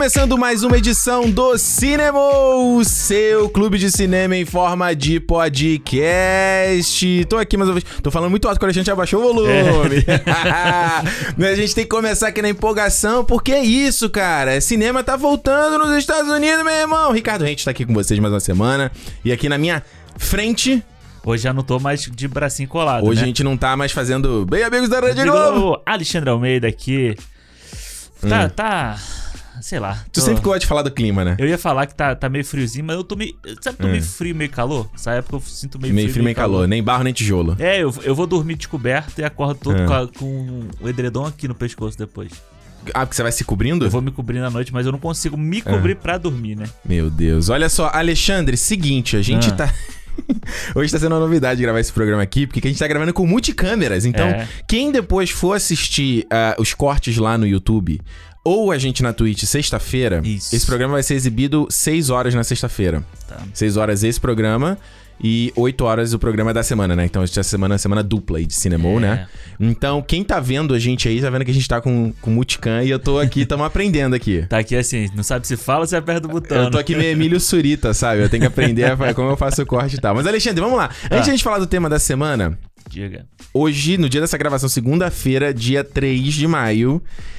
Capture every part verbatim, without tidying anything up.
Começando mais uma edição do Cinema, o seu clube de cinema em forma de podcast. Tô aqui mais uma vez. Tô falando muito alto, quando a gente abaixou o volume. É. A gente tem que começar aqui na empolgação, porque é isso, cara. Cinema tá voltando nos Estados Unidos, meu irmão. Ricardo Rente tá aqui com vocês mais uma semana. E aqui na minha frente... Hoje já não tô mais de bracinho colado, Hoje né? a gente não tá mais fazendo bem amigos da Rede Globo. Alexandre Almeida aqui. Tá, Hum. tá... Sei lá. Tu tô... sempre gosta de falar do clima, né? Eu ia falar que tá, tá meio friozinho, mas eu tô meio... Sabe, tô Hum. meio frio, meio calor? Essa época eu sinto meio, Meio frio, frio, meio calor. Nem barro, nem tijolo. É, eu, eu vou dormir descoberto e acordo todo É. com, a- com o edredom aqui no pescoço depois. Ah, porque você vai se cobrindo? Eu vou me cobrir na noite, mas eu não consigo me cobrir pra dormir, né? Meu Deus. Olha só, Alexandre, seguinte, a gente Ah. tá... Hoje tá sendo uma novidade gravar esse programa aqui, porque a gente tá gravando com multicâmeras. Então, É. quem depois for assistir ah, os cortes lá no YouTube ou a gente na Twitch sexta-feira, Isso. esse programa vai ser exibido seis horas na sexta-feira. Tá. seis horas esse programa e oito horas o programa da semana, né? Então, essa semana é semana dupla aí de cinema, É. né? Então, quem tá vendo a gente aí, tá vendo que a gente tá com, com multicam e eu tô aqui, tamo aprendendo aqui. Tá aqui assim, não sabe se fala ou se aperta o botão. Eu tô aqui meio Emílio Surita, sabe? Eu tenho que aprender a fazer como eu faço o corte e tal. Mas, Alexandre, vamos lá. Antes Ah. de a gente falar do tema da semana, Diga. hoje, no dia dessa gravação, segunda-feira, dia três de maio,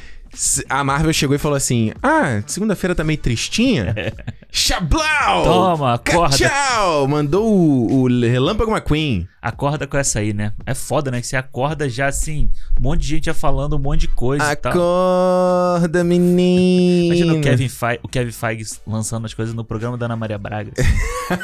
s- a Marvel chegou e falou assim: Ah, segunda-feira tá meio tristinha? Chablau! Toma, acorda. Tchau! Mandou o, o Relâmpago McQueen. Acorda com essa aí, né? É foda, né? Que você acorda já assim, um monte de gente já falando um monte de coisa e tal. Acorda, menino. Imagina o Kevin, Feige, o Kevin Feige lançando as coisas no programa da Ana Maria Braga. Assim.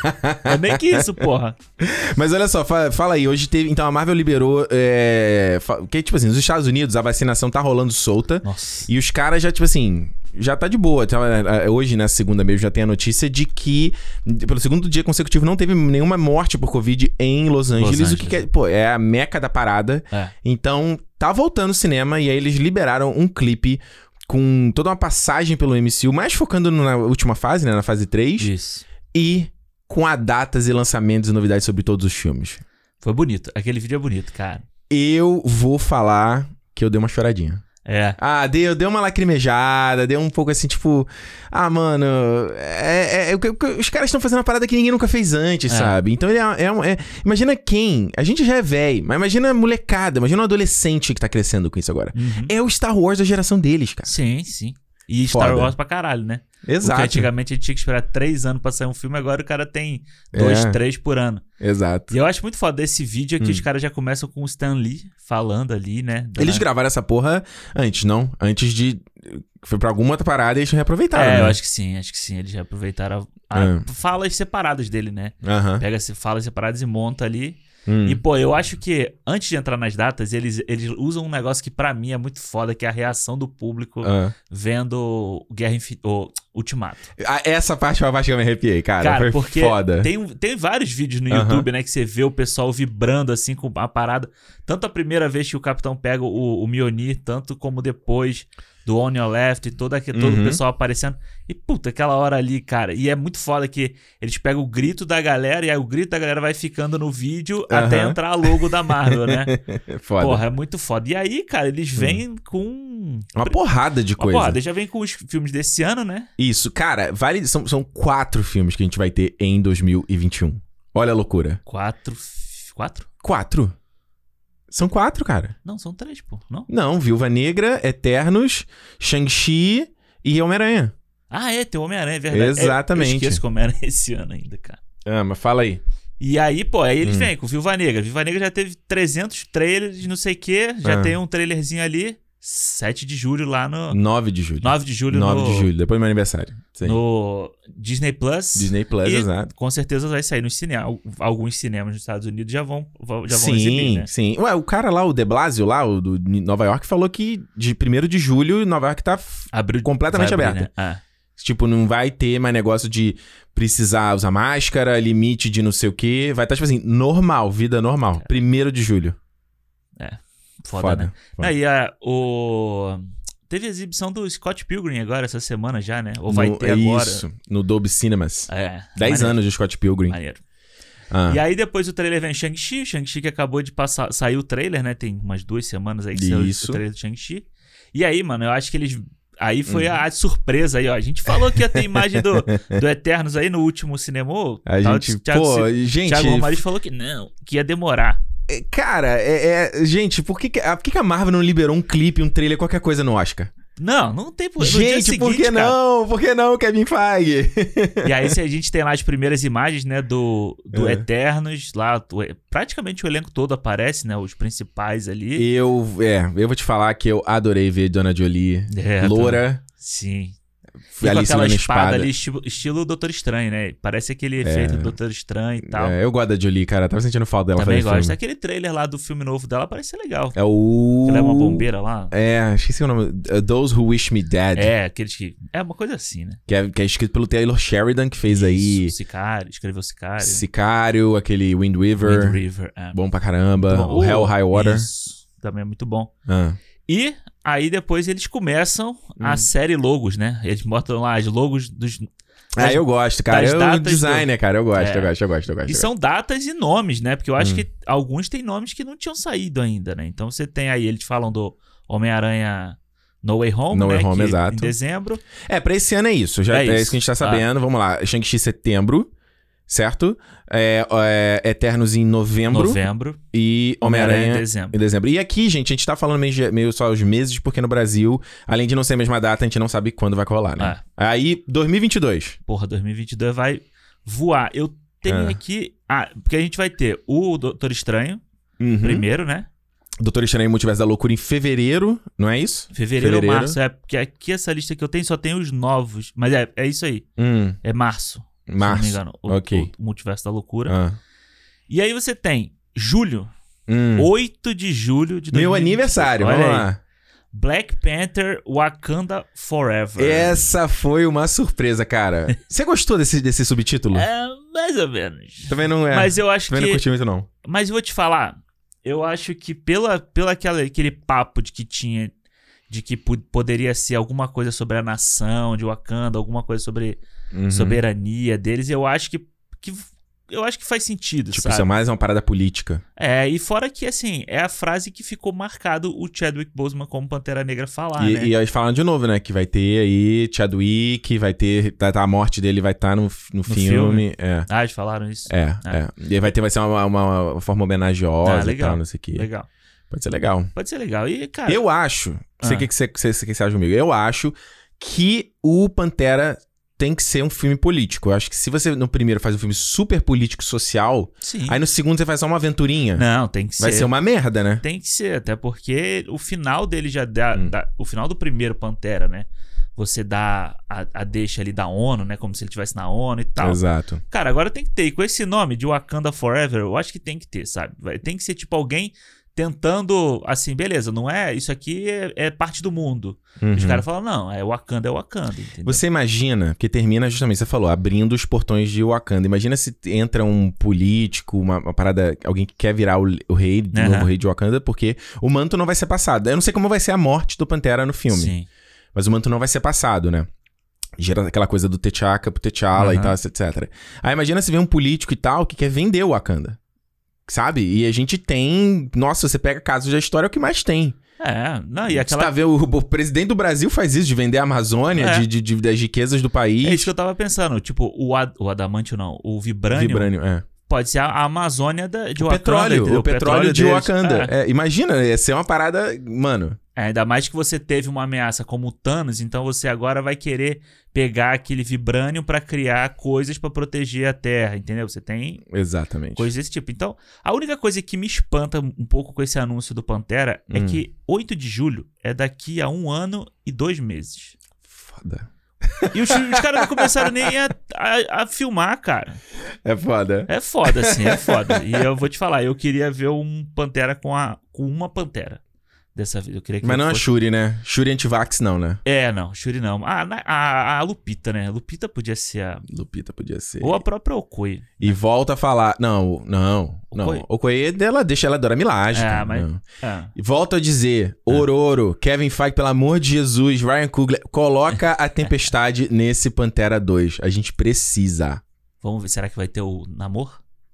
É bem que isso, porra. Mas olha só, fala, fala aí, hoje teve... Então a Marvel liberou... É, fa- que, tipo assim, nos Estados Unidos a vacinação tá rolando solta. Nossa. E os caras já, tipo assim... Já tá de boa. Então, é, é, hoje, nessa segunda mesmo, já tem a notícia de que... Pelo segundo dia consecutivo, não teve nenhuma morte por Covid em Los Angeles. Los O que, que é... Angeles. Pô, é a meca da parada. É. Então, tá voltando o cinema. E aí eles liberaram um clipe com toda uma passagem pelo M C U. Mais focando na última fase, né? Na fase três. Isso. E com a datas e lançamentos e novidades sobre todos os filmes. Foi bonito. Aquele vídeo é bonito, cara. Eu vou falar que eu dei uma choradinha. É. Ah, deu, deu uma lacrimejada, deu um pouco assim, tipo... Ah, mano, é, é- é- o que- o que- os caras estão fazendo uma parada que ninguém nunca fez antes, É. sabe? Então ele é, é um- é- imagina quem... A gente já é velho, mas imagina a molecada, imagina um adolescente que tá crescendo com isso agora. Uhum. É o Star Wars da geração deles, cara. Sim, sim. E Star Foda. Wars pra caralho, né? Exato. Porque antigamente a gente tinha que esperar três anos pra sair um filme, agora o cara tem dois, É. três por ano. Exato. E eu acho muito foda desse vídeo é que Hum. os caras já começam com o Stan Lee falando ali, né? Da- Eles gravaram essa porra antes, não? Antes de... Foi pra alguma outra parada e eles reaproveitaram, É, né? eu acho que sim, acho que sim. Eles já aproveitaram a- É. falas separadas dele, né? Aham. Pega se falas separadas e monta ali. Hum. E, pô, eu acho que antes de entrar nas datas, eles, eles usam um negócio que pra mim é muito foda, que é a reação do público Ah. vendo o Guerra Infi- o Ultimato. Ah, essa parte foi a parte que eu me arrepiei, cara. Cara, foi porque foda. tem, um- tem vários vídeos no Aham. YouTube, né, que você vê o pessoal vibrando assim com a parada. Tanto a primeira vez que o Capitão pega o, o Mjolnir, tanto como depois do On Your Left e todo, aquele, todo Uhum. o pessoal aparecendo. E, puta, aquela hora ali, cara. E é muito foda que eles pegam o grito da galera e aí o grito da galera vai ficando no vídeo até Aham. entrar a logo da Marvel, né? Foda. Porra, é muito foda. E aí, cara, eles vêm com... Uma porrada de Uma coisa. porrada, eles já vêm com os filmes desse ano, né? Isso, cara, vale, são, são quatro filmes que a gente vai ter em dois mil e vinte e um. Olha a loucura. Quatro... f- Quatro? Quatro. São quatro, cara. Não, são três, pô. Não? Não, Viúva Negra, Eternos, Shang-Chi e Homem-Aranha. Ah, é, tem o Homem-Aranha, é verdade. Exatamente. É, eu esqueço que o Homem-Aranha é esse ano ainda, cara. Ah, mas fala aí. E aí, pô, aí eles Hum. vêm com Viúva Negra. Viúva Negra já teve trezentos trailers, não sei o quê. Já Ah. tem um trailerzinho ali. sete de julho lá no... nove de julho. nove de julho nove no... de julho, depois do meu aniversário. Sim. No Disney Plus. Disney Plus, E exato. com certeza vai sair nos cinemas. Alguns cinemas nos Estados Unidos já vão, vão- já vão sim, exibir, né? sim. Ué, o cara lá, o De Blasio lá, o do Nova York, falou que de primeiro de julho Nova York tá f- Abriu, completamente vai abrir, aberta. né? Ah. Tipo, não vai ter mais negócio de precisar usar máscara, limite de não sei o quê. Vai estar, tipo assim, normal, vida normal. Primeiro de julho. Foda, Foda, né? foda. Aí, a, o... Teve a exibição do Scott Pilgrim agora, essa semana já, né? Ou vai No- ter agora. Isso, no Dolby Cinemas. É. Dez maneiro, anos de Scott Pilgrim. Maneiro. Ah. E aí depois o trailer vem Shang-Chi. Shang-Chi que acabou de passar... Saiu o trailer, né? Tem umas duas semanas aí que saiu Isso. o trailer do Shang-Chi. E aí, mano, eu acho que eles... Aí foi uhum. a, a surpresa aí, ó. A gente falou que ia ter imagem do, do Eternos aí no último cinema. A gente, Thiago, pô, gente... Thiago Romariz falou que não, que ia demorar. Cara, é, é, gente, por que, por que a Marvel não liberou um clipe, um trailer, qualquer coisa no Oscar? Não, não tem por Gente, seguinte, por que cara. não? Por que não, Kevin Feige? E aí, se a gente tem lá as primeiras imagens, né, do, do é. Eternos, lá, do, praticamente o elenco todo aparece, né, os principais ali. Eu, é, eu vou te falar que eu adorei ver Dona Jolie, é, loura. Tô... Sim. E com aquela espada, espada ali, estilo, estilo Doutor Estranho, né? Parece aquele é. efeito do Doutor Estranho e tal. É, eu gosto da Jolie, cara. Tava sentindo falta dela. Também gosto. Aquele trailer lá do filme novo dela parece ser legal. É o... Ela é uma bombeira lá. É, esqueci o nome. Those Who Wish Me Dead. É, aqueles que... É uma coisa assim, né? Que é, que é escrito pelo Taylor Sheridan, que fez Isso, aí... Sicário, escreveu Sicário. Sicário, aquele Wind River. Wind River, é. Bom pra caramba. Bom. O Hell High Water. Isso, também é muito bom. Ah. E aí depois eles começam hum. a série logos, né? Eles botam lá as logos dos... Ah, das, eu gosto, cara. Eu designer, do... cara. Eu gosto, é. eu gosto, eu gosto, eu gosto. E são datas e nomes, né? Porque eu acho hum. que alguns têm nomes que não tinham saído ainda, né? Então você tem aí, eles falam do Homem-Aranha No Way Home, No né? Way Home, que, exato. Em dezembro. É, pra esse ano é isso. Já é, é isso. isso que a gente tá sabendo. Ah. Vamos lá. Shang-Chi setembro. Certo? É, é, Eternos em novembro. Novembro. E Homem-Aranha, Homem-Aranha em dezembro. em dezembro. E aqui, gente, a gente tá falando meio, meio só os meses, porque no Brasil, além de não ser a mesma data, a gente não sabe quando vai rolar, né? Ah. Aí, dois mil e vinte e dois. Porra, dois mil e vinte e dois vai voar. Eu tenho ah. aqui... Ah, porque a gente vai ter o Doutor Estranho, uhum. primeiro, né? Doutor Estranho e Multiverso da Loucura em fevereiro, não é isso? Fevereiro, fevereiro. ou março, é. Porque aqui essa lista que eu tenho só tem os novos. Mas é, é isso aí. Hum. É março. Março, se não me engano, o, ok. o Multiverso da Loucura. Ah. E aí você tem julho, hum. oito de julho de dois mil e vinte. Meu aniversário, Olha vamos aí. lá. Black Panther Wakanda Forever. Essa foi uma surpresa, cara. Você gostou desse, desse subtítulo? É, mais ou menos. Também não é. Mas eu acho Também que... não curti muito, não. Mas eu vou te falar, eu acho que pela, pela aquela, aquele papo de que tinha... De que p- poderia ser alguma coisa sobre a nação de Wakanda, alguma coisa sobre uhum. soberania deles, eu acho que, que eu acho que faz sentido, tipo, sabe? isso é mais uma parada política. É, e fora que, assim, é a frase que ficou marcado o Chadwick Boseman como Pantera Negra falar, e, né? E eles falam de novo, né? Que vai ter aí Chadwick, vai ter... A morte dele vai estar tá no, no, no filme. filme. É. Ah, eles falaram isso? É, é. é. E aí vai ter, vai ser uma, uma, uma forma homenageosa ah, legal, e tal, não sei o quê. Legal. Pode ser legal. Pode ser legal. E, cara... Eu acho... Não sei o ah. que, que, você, que, você, que você acha comigo. Eu acho que o Pantera tem que ser um filme político. Eu acho que se você no primeiro faz um filme super político-social, Sim. aí no segundo você faz só uma aventurinha. Não, tem que ser. Vai ser uma merda, né? Tem que ser, até porque o final dele já dá... Hum. dá o final do primeiro Pantera, né? Você dá a, a deixa ali da ONU, né? Como se ele estivesse na ONU e tal. Exato. Cara, agora tem que ter. E com esse nome de Wakanda Forever, eu acho que tem que ter, sabe? Tem que ser tipo alguém... tentando, assim, beleza, não é... Isso aqui é, é parte do mundo. Uhum. Os caras falam, não, é Wakanda, é Wakanda, entendeu? Você imagina, que termina justamente, você falou, abrindo os portões de Wakanda. Imagina se entra um político, uma, uma parada, alguém que quer virar o, o rei, o uhum. novo rei de Wakanda, porque o manto não vai ser passado. Eu não sei como vai ser a morte do Pantera no filme. Sim. Mas o manto não vai ser passado, né? Gera aquela coisa do T'Chaka pro T'Challa uhum. e tal, etcétera. Aí imagina se vem um político e tal que quer vender o Wakanda. Sabe? E a gente tem... Nossa, você pega casos da história, é o que mais tem. É, não, e aquela... Você tá vendo, o, o presidente do Brasil faz isso, de vender a Amazônia, é. de, de, de, das riquezas do país. É isso que eu tava pensando. Tipo, o, ad, o adamantio não, o vibrânio... Vibrânio, é. Pode ser a, a Amazônia da, de o Wakanda. Petróleo, o, o petróleo, petróleo de Wakanda. É. É, imagina, ia ser uma parada... Mano... É, ainda mais que você teve uma ameaça como o Thanos, então você agora vai querer pegar aquele vibrânio pra criar coisas pra proteger a Terra, entendeu? Você tem Exatamente. coisas desse tipo. Então, a única coisa que me espanta um pouco com esse anúncio do Pantera hum. é que oito de julho é daqui a um ano e dois meses. Foda. E os, os caras não começaram nem a, a, a filmar, cara. É foda. É foda, sim, é foda. E eu vou te falar, eu queria ver um Pantera com, a, com uma Pantera. Dessa vez, eu queria que Mas não fosse... a Shuri, né? Shuri anti-vax não, né? É, não, Shuri não. Ah, a, a, a Lupita, né? A Lupita podia ser a... Lupita podia ser. Ou a própria Okoye. E né? Volta a falar... Não, não, Okoye. não. Okoye, ela deixa ela Dora Milaje. É, mas... É. E volta a dizer, Ororo, é. Kevin Feige, pelo amor de Jesus, Ryan Coogler, coloca a Tempestade nesse Pantera dois. A gente precisa. Vamos ver, será que vai ter o namoro?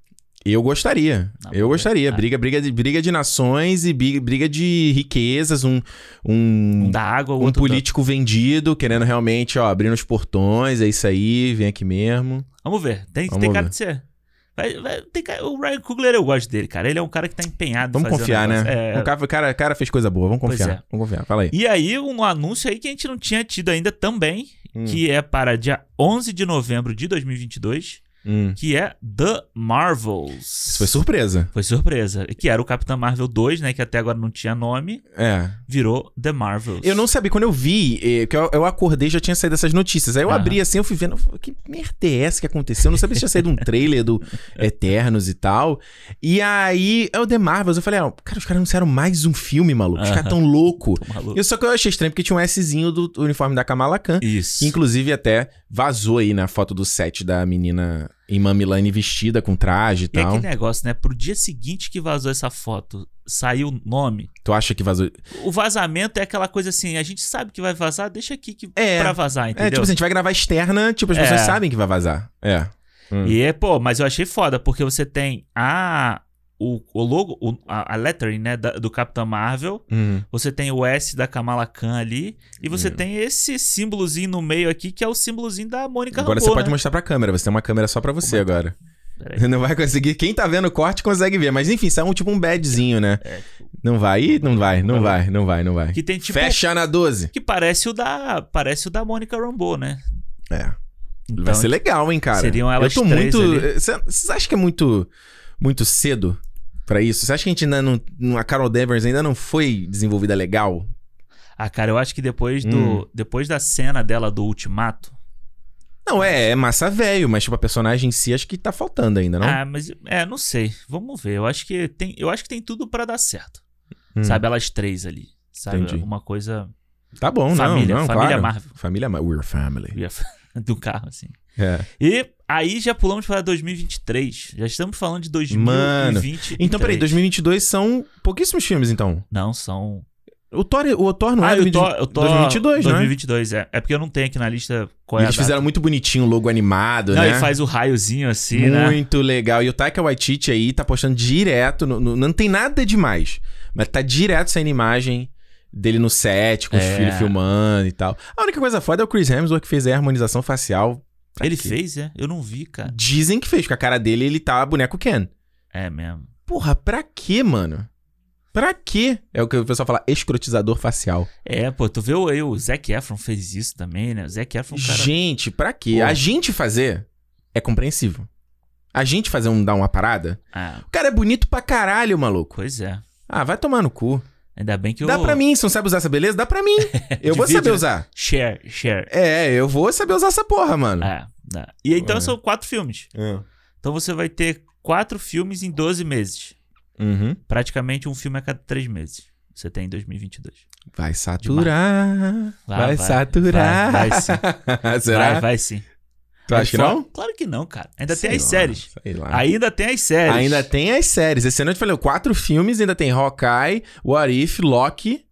Eu gostaria. Não, eu gostaria. Ah. Briga, briga, de, briga de nações e briga, briga de riquezas. Um, um, um da água, um político da... vendido, querendo realmente, ó, abrir os portões. É isso aí, vem aqui mesmo. Vamos ver. Tem, Vamos tem ver. cara de ser. Vai, vai, tem, o Ryan Coogler, eu gosto dele, cara. Ele é um cara que tá empenhado Vamos em fazer confiar, um né? É... O cara, cara, cara fez coisa boa. Vamos confiar. É. Vamos confiar. Fala aí. E aí, um anúncio aí que a gente não tinha tido ainda também, hum. que é para dia onze de novembro de dois mil e vinte e dois. Hum. Que é The Marvels. Isso foi surpresa. Foi surpresa. Que era o Capitão Marvel dois, né? Que até agora não tinha nome. É. Virou The Marvels. Eu não sabia. Quando eu vi, que eu, eu acordei, já tinha saído essas notícias. Aí eu ah. abri assim, eu fui vendo. Que merda é essa que aconteceu? Eu não sabia se tinha saído um trailer do Eternos e tal. E aí, é o The Marvels. Eu falei, ah, cara, os caras anunciaram mais um filme, maluco. Os uh-huh. caras tão loucos. Eu, só que eu achei estranho porque tinha um Szinho do uniforme da Kamala Khan. Isso. Que inclusive até vazou aí na foto do set da menina em Mamilane vestida com traje e, e tal. E aquele negócio, né? Pro dia seguinte que vazou essa foto, saiu o nome. Tu acha que vazou? O vazamento é aquela coisa assim, a gente sabe que vai vazar, deixa aqui que é, pra vazar, entendeu? É, tipo assim, a gente vai gravar externa, tipo, as é. pessoas sabem que vai vazar. É. Hum. E, pô, mas eu achei foda, porque você tem a... O, o logo, o, a, a lettering, né, da, do Capitão Marvel, uhum. você tem o S da Kamala Khan ali, e você uhum. tem esse símbolozinho no meio aqui, que é o símbolozinho da Mônica Rambeau. Agora você pode né? mostrar pra câmera, você tem uma câmera só pra você Como agora. Você não vai conseguir, quem tá vendo o corte consegue ver, mas enfim, isso é um tipo um badzinho, né? É. Não vai, não vai, não vai, não vai, não vai. Que tem tipo... Fecha na doze. Que parece o da, parece o da Mônica Rambeau, né? É. Então, vai ser legal, hein, cara? Seriam elas Eu tô três muito... ali. Vocês acham que é muito, muito cedo pra isso? Você acha que a gente ainda não... A Carol Danvers ainda não foi desenvolvida legal? Ah, cara, eu acho que depois do hum. depois da cena dela do Ultimato... Não, é, é massa velho, mas tipo, a personagem em si acho que tá faltando ainda, não? Ah, mas... É, não sei. Vamos ver. Eu acho que tem, eu acho que tem tudo pra dar certo. Hum. Sabe, elas três ali. Sabe, Entendi. Uma coisa... Tá bom, família, não, não, Família claro. Marvel. Família Marvel. We're family. Do carro, assim. É. E aí já pulamos para dois mil e vinte e três. Já estamos falando de dois mil e vinte e três. Mano, então peraí, dois mil e vinte e dois são pouquíssimos filmes, então? Não, são... O Thor, o Thor não ah, é o Thor, o Thor, dois mil e vinte e dois, dois mil e vinte e dois, né? é. É porque eu não tenho aqui na lista qual e é eles a fizeram data. muito bonitinho o logo animado, não, né? Não, e faz o raiozinho assim, muito né? Muito legal. E o Taika Waititi aí tá postando direto, no, no, não tem nada demais, mas tá direto saindo imagem dele no set, com é. os filhos filmando e tal. A única coisa foda é o Chris Hemsworth que fez a harmonização facial. Pra ele quê? Fez, é? Eu não vi, cara. Dizem que fez, com a cara dele ele tá boneco Ken. É mesmo. Porra, pra quê, mano? Pra quê? É o que o pessoal fala, escrotizador facial. É, pô, tu vê aí, o Zac Efron fez isso também, né? O Zac Efron, cara... Gente, pra quê? Pô. A gente fazer é compreensível. A gente fazer um dar uma parada... Ah. O cara é bonito pra caralho, maluco. Pois é. Ah, vai tomar no cu. Ainda bem que eu... Dá pra mim, se não sabe usar essa beleza, dá pra mim. Eu vou saber usar. Share, share. É, eu vou saber usar essa porra, mano. É, dá. E então é. são quatro filmes. É. Então você vai ter quatro filmes em doze meses. Uhum. Praticamente um filme a cada três meses. Você tem em dois mil e vinte e dois. Vai saturar. Vai, vai saturar. Vai, vai sim. Será? Vai, vai sim. Tu acha que não? Claro que não, cara. Ainda sei tem as lá, séries. Sei lá. Ainda tem as séries. Ainda tem as séries. Esse ano eu te falei, quatro filmes, ainda tem Hawkeye, What If, Loki,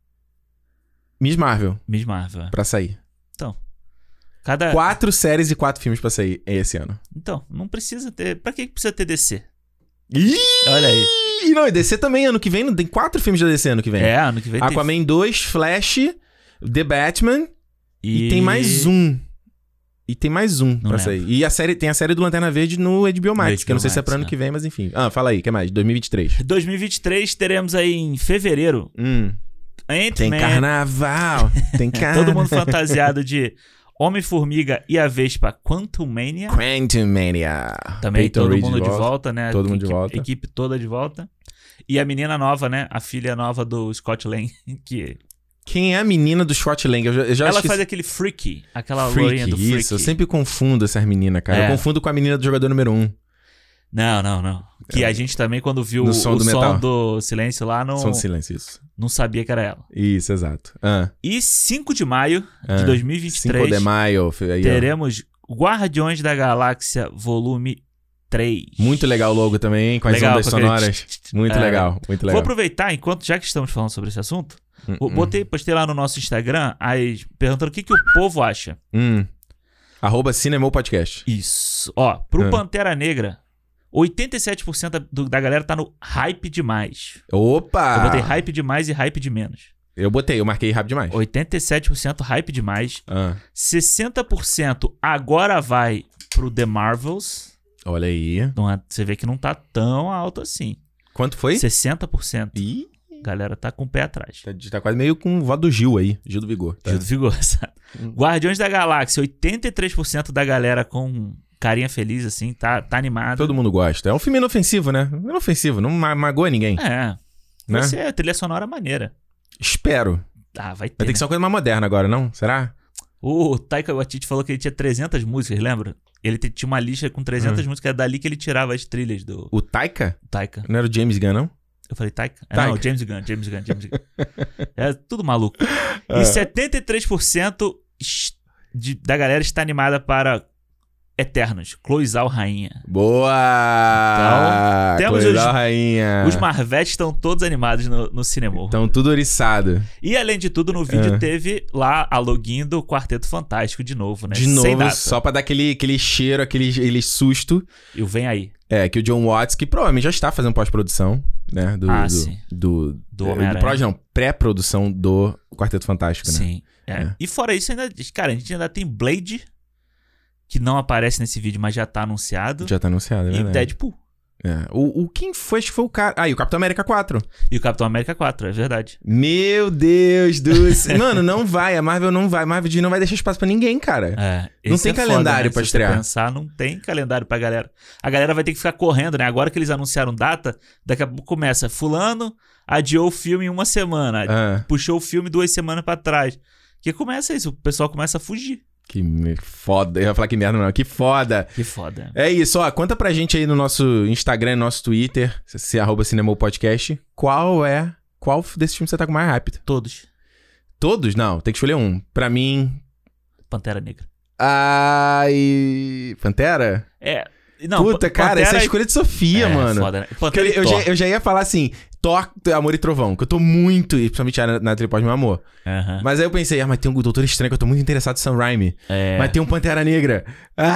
Miss Marvel. Miss Marvel. Pra sair. Então. Cada... Quatro séries e quatro filmes pra sair esse ano. Então, não precisa ter... Pra que precisa ter D C? Ih! Olha aí. E não, e D C também ano que vem, tem quatro filmes da D C ano que vem. É, ano que vem tem... Aquaman dois, Flash, The Batman e, e tem mais um. E tem mais um não pra lembro. sair. E a série, tem a série do Lanterna Verde no H B O Max, H B O que eu não sei Max, se é pra ano é. que vem, mas enfim. Ah, fala aí, o que mais? dois mil e vinte e três. dois mil e vinte e três teremos aí em fevereiro. Hum. Tem carnaval. Tem carnaval. Todo mundo fantasiado de Homem-Formiga e a Vespa Quantumania. Quantumania. Também Peyton todo Reed mundo de de volta. volta, né? Todo mundo equipe, de volta. Equipe toda de volta. E a menina nova, né? A filha nova do Scott Lang. Que... Quem é a menina do Scott Lang? Eu já, eu já Ela esqueci... faz aquele Freaky. Aquela Freaky, lourinha do Freaky. Isso, eu sempre confundo essas meninas, cara. É. Eu confundo com a menina do jogador número um. Não, não, não. Que é. a gente também, quando viu no o som do, som metal. do silêncio lá, não... Som do silêncio, isso. Não sabia que era ela. Isso, exato. Ah. E cinco de maio ah. de dois mil e vinte e três... cinco de maio. Aí, teremos Guardiões da Galáxia Volume três. Muito legal o logo também, hein? Com as legal, ondas sonoras. Muito é, legal, muito legal. Vou aproveitar, enquanto já que estamos falando sobre esse assunto, uh-uh. botei, postei lá no nosso Instagram as, perguntando o que, que o povo acha. Hum. Arroba Cinemou Podcast. Isso. Ó, pro hum. Pantera Negra, oitenta e sete por cento da, do, da galera tá no hype demais. Opa! Eu botei hype demais e hype de menos. Eu botei, eu marquei hype demais. oitenta e sete por cento hype demais. Ah. sessenta por cento agora vai pro The Marvels. Olha aí. Não é, você vê que não tá tão alto assim. Quanto foi? sessenta por cento. Ih. Galera tá com o pé atrás. Tá, tá quase meio com o voto do Gil aí. Gil do Vigor. Tá? Gil do Vigor, sabe? Hum. Guardiões da Galáxia, oitenta e três por cento da galera com carinha feliz, assim, tá, tá animado. Todo mundo gosta. É um filme inofensivo, né? Inofensivo, não ma magoa ninguém. É. Né? Vai ser trilha sonora maneira. Espero. Ah, vai ter. Vai ter né? que ser uma coisa mais moderna agora, não? Será? O Taika Waititi falou que ele tinha trezentas músicas, lembra? Ele tinha uma lista com trezentas hum. músicas, é dali que ele tirava as trilhas do... O Taika? Taika. Não era o James Gunn, não? Eu falei Taika? É, Taika. não, James Gunn, James Gunn, James Gunn. É tudo maluco. E é. setenta e três por cento de, da galera está animada para Eternos, Chloe Zhao Rainha. Boa! Então, temos Chloe os, Zhao Rainha. Os Marvetes estão todos animados no, no cinema. Estão tudo oriçado. E além de tudo, no vídeo é. teve lá a login do Quarteto Fantástico de novo, né? De Sem novo, data. só pra dar aquele, aquele cheiro, aquele, aquele susto. E o Vem Aí. É, que o John Watts, que provavelmente já está fazendo pós-produção, né? Do, ah, do, sim. Do, do é, Homem-Aranha. Do prós, não, pré-produção do Quarteto Fantástico, né? Sim. É. É. E fora isso, ainda, cara, a gente ainda tem Blade, que não aparece nesse vídeo, mas já tá anunciado. Já tá anunciado, né? E Deadpool. É. O, o quem foi? Acho que foi o cara. Ah, e o Capitão América quatro. E o Capitão América quatro, é verdade. Meu Deus do céu. Mano, não vai. A Marvel não vai. A Marvel não vai deixar espaço pra ninguém, cara. É. Não tem é calendário foda, né? pra Se estrear. Se pensar, não tem calendário pra galera. A galera vai ter que ficar correndo, né? Agora que eles anunciaram data, daqui a pouco começa. Fulano adiou o filme em uma semana. Ah. Puxou o filme duas semanas pra trás. Que começa isso. O pessoal começa a fugir. Que foda. Eu ia falar que merda, não. Que foda. Que foda. É isso, ó. Conta pra gente aí no nosso Instagram, no nosso Twitter, se arroba Cinemol Podcast, qual é... Qual desses filmes você tá com mais rápido? Todos. Todos? Não, tem que escolher um. Pra mim... Pantera Negra. Ai... Pantera? É... Não, Puta, cara, Pantera... essa é a escolha de Sofia, é, mano. Foda, né? Pantera eu, eu, já, eu já ia falar assim, Thor, Amor e Trovão, que eu tô muito, principalmente na, na Tripós Meu Amor. Uhum. Mas aí eu pensei, ah, mas tem um Doutor Estranho que eu tô muito interessado em Sam Raimi. É. Mas tem um Pantera Negra.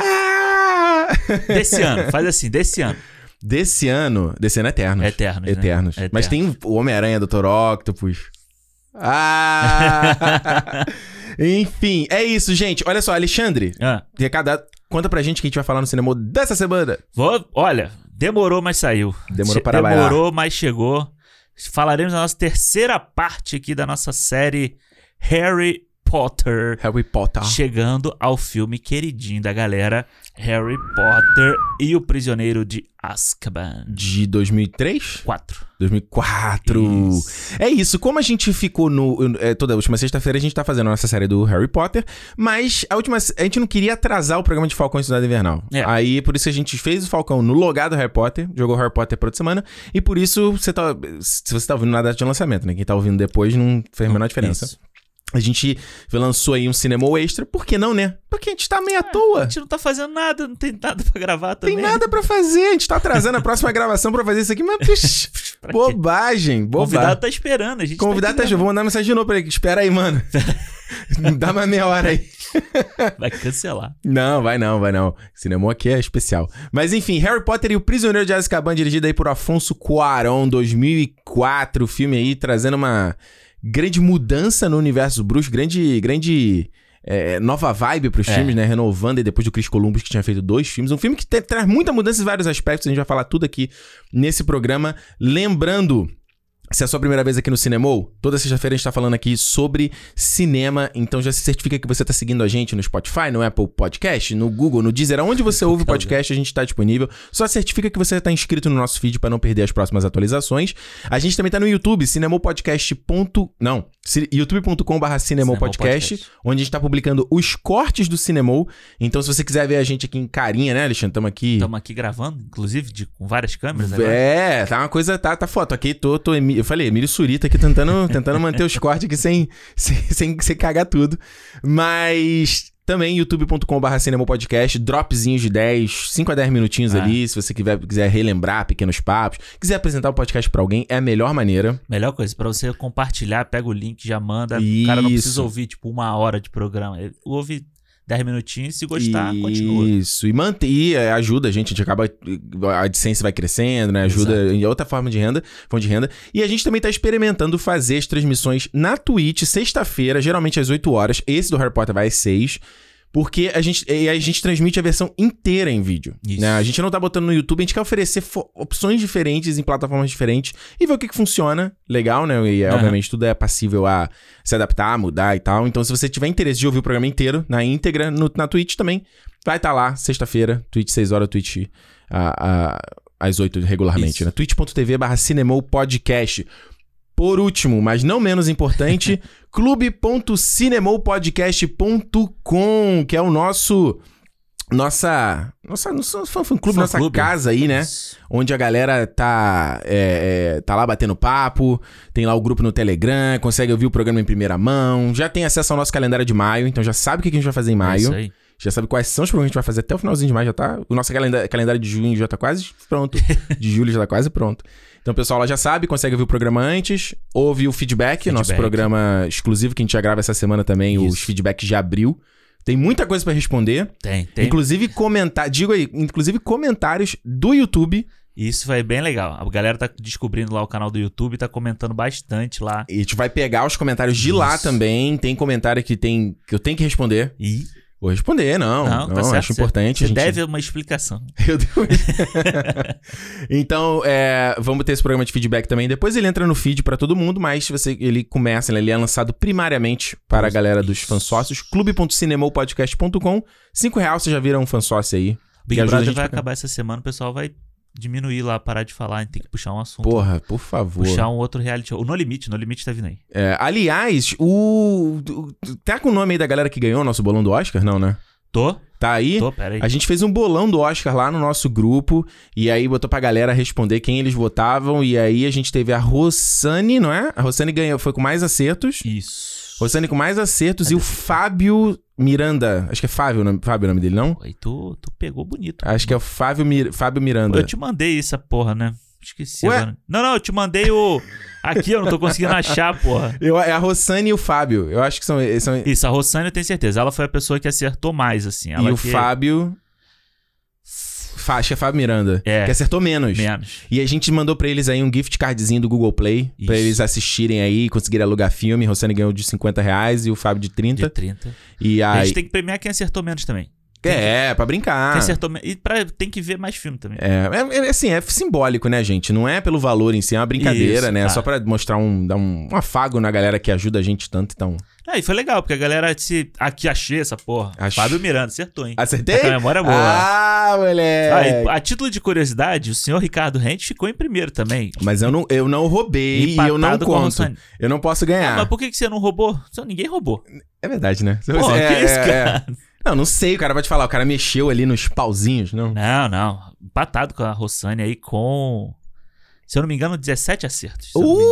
Ah! Desse ano, faz assim, desse ano. Desse ano, desse ano é Eternos. Eternos, Eternos. Né? Eternos. Mas tem o Homem-Aranha, doutor Octopus. Ah! Enfim, é isso, gente. Olha só, Alexandre, ah. recado, conta pra gente o que a gente vai falar no cinema dessa semana. Vou, olha, demorou, mas saiu. Demorou para Demorou, bailar. mas chegou. Falaremos da nossa terceira parte aqui da nossa série Harry Potter. Harry Potter. Chegando ao filme queridinho da galera, Harry Potter e o Prisioneiro de Azkaban. De dois mil e três? quatro. dois mil e quatro. Isso. É isso. Como a gente ficou no... É, toda última sexta-feira a gente tá fazendo a nossa série do Harry Potter, mas a última... A gente não queria atrasar o programa de Falcão e Soldado Invernal. É. Aí, por isso a gente fez o Falcão no logado Harry Potter, jogou Harry Potter por outra semana, e por isso, você tá... Se você tá ouvindo na data de lançamento, né? Quem tá ouvindo depois não fez a menor diferença. Isso. A gente lançou aí um cinema extra, por que não, né? Porque a gente tá meio à toa. A gente não tá fazendo nada, não tem nada pra gravar também. Tem nada pra fazer, a gente tá atrasando a próxima gravação pra fazer isso aqui, mas psh, bobagem, bobagem. O convidado tá esperando, a gente Convidado tá tá esperando. Vou mandar mensagem de novo pra ele, espera aí, mano. Dá mais meia hora aí. Vai cancelar. Não, vai não, vai não. Cinema aqui é especial. Mas enfim, Harry Potter e o Prisioneiro de Azkaban, dirigido aí por Afonso Cuarón, dois mil e quatro, o filme aí trazendo uma... grande mudança no universo bruxo, grande, grande é, nova vibe pros é. filmes, né? Renovando aí depois do Chris Columbus, que tinha feito dois filmes. Um filme que te, traz muita mudança em vários aspectos. A gente vai falar tudo aqui nesse programa. Lembrando... Se é a sua primeira vez aqui no Cinemol, toda sexta-feira a gente tá falando aqui sobre cinema, então já se certifica que você tá seguindo a gente no Spotify, no Apple Podcast, no Google, no Deezer, onde você ouve o podcast, a gente tá disponível. Só certifica que você tá inscrito no nosso feed para não perder as próximas atualizações. A gente também tá no YouTube, cinemopodcast. Não, youtube ponto com barra cinemopodcast, onde a gente tá publicando os cortes do Cinemol. Então se você quiser ver a gente aqui em carinha, né, Alexandre? Tamo aqui... Estamos aqui gravando, inclusive, de, com várias câmeras agora. É, tá uma coisa, tá, tá foto. Aqui tô, tô eu falei, Emílio Surita aqui tentando, tentando manter os cortes aqui sem, sem, sem, sem cagar tudo. Mas também youtube ponto com barra cinemopodcast, dropzinhos de dez, cinco a dez minutinhos ah. ali, se você quiser, quiser relembrar pequenos papos, quiser apresentar o podcast pra alguém, é a melhor maneira. Melhor coisa, pra você compartilhar, pega o link, já manda. Isso. O cara não precisa ouvir, tipo, uma hora de programa. Ele ouve dez minutinhos, se gostar, Isso. continua. Isso, e manter, ajuda a gente, a gente acaba, a AdSense vai crescendo, né? Ajuda Exato. em outra forma de renda, fonte de renda. E a gente também tá experimentando fazer as transmissões na Twitch, sexta-feira, geralmente às oito horas. Esse do Harry Potter vai às seis. Porque a gente, a gente transmite a versão inteira em vídeo. Né? A gente não tá botando no YouTube, a gente quer oferecer opções diferentes em plataformas diferentes e ver o que, que funciona. Legal, né? E uhum. obviamente tudo é passível a se adaptar, mudar e tal. Então, se você tiver interesse de ouvir o programa inteiro, na íntegra, no, na Twitch também, vai estar tá lá, sexta-feira, Twitch seis horas, Twitch a, a, às oito regularmente. Né? twitch.tv barra Cinemou Podcast. Por último, mas não menos importante, clube ponto cinemou podcast ponto com, que é o nosso... Nossa... Nossa, nosso fã-clube, nossa clube. Casa aí, né? Isso. Onde a galera tá, é, é, tá lá batendo papo, tem lá o grupo no Telegram, consegue ouvir o programa em primeira mão, já tem acesso ao nosso calendário de maio, então já sabe o que a gente vai fazer em maio. É isso aí. Já sabe quais são os programas que a gente vai fazer até o finalzinho de maio, já tá... O nosso calendário, calendário de junho já tá quase pronto. De julho já tá quase pronto. Então o pessoal lá já sabe, consegue ouvir o programa antes, ouve o feedback, feedback. Nosso programa exclusivo que a gente já grava essa semana também, Isso. os feedbacks de abril. Tem muita coisa pra responder. Tem, tem. Inclusive comentar, digo aí, inclusive comentários do YouTube. Isso foi bem legal. A galera tá descobrindo lá o canal do YouTube, tá comentando bastante lá. E a gente vai pegar os comentários de Isso. lá também. Tem comentário que, tem, que eu tenho que responder. E... Vou responder, não. Não, não tá certo, acho importante. Você a gente... deve uma explicação. Eu devo... Então, é, vamos ter esse programa de feedback também. Depois ele entra no feed pra todo mundo, mas você, ele começa, ele é lançado primariamente para a galera dos fansócios. clube ponto cinemou podcast ponto com. Cinco reais, você já vira um fansócio aí. Big Brother vai acabar essa semana, o pessoal vai diminuir lá, parar de falar, a gente tem que puxar um assunto. Porra, por favor. Puxar um outro reality show. O No Limite, No Limite tá vindo aí. É, aliás, o... Tá com o nome aí da galera que ganhou o nosso bolão do Oscar? Não, né? Tô. Tá aí? Tô, pera aí. A gente fez um bolão do Oscar lá no nosso grupo e aí botou pra galera responder quem eles votavam e aí a gente teve a Rossane, não é? A Rossane ganhou, foi com mais acertos. Isso. Rossane com mais acertos. Cadê? E o Fábio Miranda. Acho que é Fábio o nome, Fábio o nome dele, não? Aí tu, tu pegou bonito. Acho mano. que é o Fábio, Mir, Fábio Miranda. Pô, eu te mandei essa porra, né? Esqueci Ué? agora. Não, não, eu te mandei o... Aqui eu não tô conseguindo achar, porra. Eu, é a Rossane e o Fábio. Eu acho que são... são... Isso, a Rossane eu tenho certeza. Ela foi a pessoa que acertou mais, assim. Ela e o que... Fábio... Acho que é Fábio Miranda. É. Que acertou menos. Menos. E a gente mandou pra eles aí um gift cardzinho do Google Play. Isso. Pra eles assistirem aí e conseguirem alugar filme. Rossane ganhou de cinquenta reais e o Fábio de trinta. De trinta. E aí... A gente tem que premiar quem acertou menos também. Tem é, que... pra brincar. Quem acertou menos. E pra... tem que ver mais filme também. É, é, é assim, é simbólico, né, gente? Não é pelo valor em si, é uma brincadeira, Isso, né? Tá. É só pra mostrar um... dar um, um afago na galera que ajuda a gente tanto, então... É, e foi legal, porque a galera se... Aqui achei essa porra. Ach... Fábio Miranda, acertou, hein? Acertei? A memória é boa. Ah, moleque! Ah, a título de curiosidade, o senhor Ricardo Rente ficou em primeiro também. Mas eu não, eu não roubei Empatado e eu não conto. Eu não posso ganhar. Ah, mas por que você não roubou? Ninguém roubou. É verdade, né? Pô, é, que isso, é, cara? É. Não, não sei, o cara vai te falar. O cara mexeu ali nos pauzinhos, não? Não, não. Empatado com a Rossane aí com... Se eu não me engano, dezessete acertos.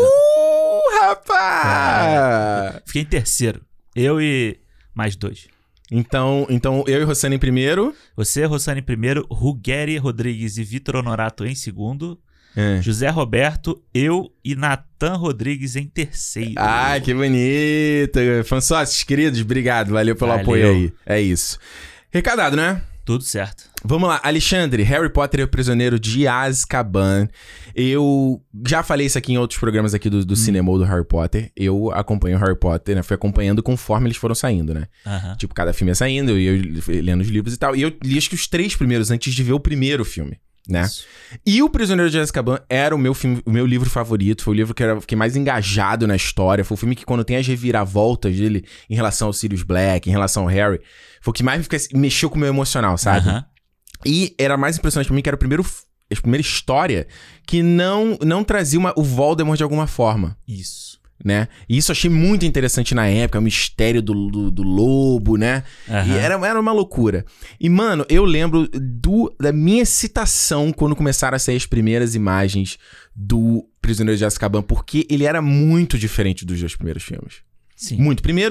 Uh, rapaz! Ah, fiquei em terceiro. Eu e mais dois. Então, então eu e Rossane em primeiro. Você, Rossane em primeiro. Ruggeri Rodrigues e Vitor Honorato em segundo. É. José Roberto, eu e Natan Rodrigues em terceiro. Ah, que bonito. Fansócios, queridos, obrigado. Valeu pelo Valeu. apoio aí. É isso. Recadado, né? Tudo certo. Vamos lá, Alexandre, Harry Potter e o Prisioneiro de Azkaban. Eu já falei isso aqui em outros programas aqui do, do hum. Cinemou do Harry Potter. Eu acompanho o Harry Potter, né? Fui acompanhando conforme eles foram saindo, né? Uh-huh. Tipo, cada filme ia saindo, e eu lendo os livros e tal. E eu li acho que os três primeiros antes de ver o primeiro filme, né? Isso. E o Prisioneiro de Azkaban era o meu, filme, o meu livro favorito. Foi o livro que eu fiquei mais engajado na história. Foi o filme que, quando tem as reviravoltas dele em relação ao Sirius Black, em relação ao Harry, foi o que mais me mexeu com o meu emocional, sabe? Uh-huh. E era mais impressionante pra mim que era o primeiro, a primeira história que não, não trazia uma, o Voldemort de alguma forma. Isso. Né? E isso eu achei muito interessante na época, o mistério do, do, do lobo, né? Uhum. E era, era uma loucura. E, mano, eu lembro do, da minha excitação quando começaram a sair as primeiras imagens do Prisioneiro de Azkaban, porque ele era muito diferente dos dois primeiros filmes. Sim. Muito. Primeiro que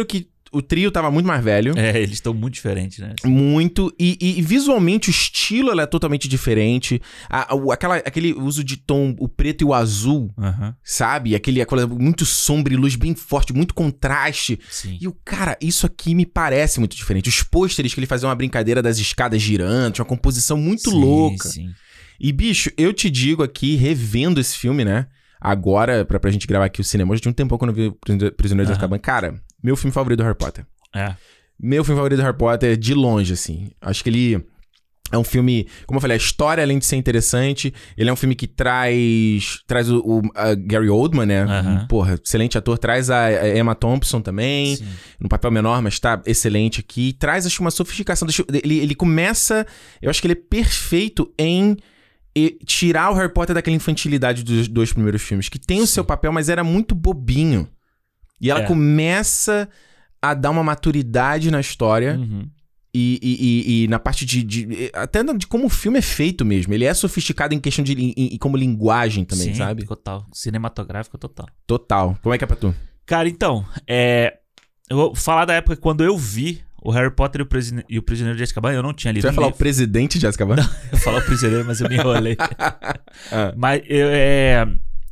o trio tava muito mais velho. É, eles estão muito diferentes, né? Muito. E, e, e visualmente o estilo ela é totalmente diferente. A, a, aquela, aquele uso de tom, o preto e o azul, Uhum. sabe? Aquele, aquela muito sombra e luz bem forte, muito contraste. Sim. E o cara, isso aqui me parece muito diferente. Os pôsteres que ele fazia uma brincadeira das escadas girantes, uma composição muito sim, louca. Sim. E, bicho, eu te digo aqui, revendo esse filme, né? Agora, pra, pra gente gravar aqui o cinema, já tinha um tempão quando eu vi Prisioneiros de Uhum. Azkaban. Cara, meu filme favorito do Harry Potter. É. Meu filme favorito do Harry Potter, de longe, assim. Acho que ele é um filme... Como eu falei, a história, além de ser interessante, ele é um filme que traz... Traz o, o a Gary Oldman, né? Uhum. Porra, excelente ator. Traz a, a Emma Thompson também. Sim. No papel menor, mas tá excelente aqui. Traz, acho, uma sofisticação. Ele, ele começa... Eu acho que ele é perfeito em... E tirar o Harry Potter daquela infantilidade dos dois primeiros filmes, que tem o Sim. seu papel, mas era muito bobinho. E ela É. começa a dar uma maturidade na história Uhum. e, e, e, e na parte de, de... Até de como o filme é feito mesmo. Ele é sofisticado em questão de... Em, em, como linguagem também, Sim, sabe? total. Cinematográfico total. Total. Como é que é pra tu? Cara, então, é... eu vou falar da época quando eu vi o Harry Potter e o, Prisine... e o Prisioneiro de Azkaban. Eu não tinha lido Você vai o falar livro. o presidente de Azkaban? Não, eu ia falar o Prisioneiro, mas eu me enrolei. Ah. Mas eu, é...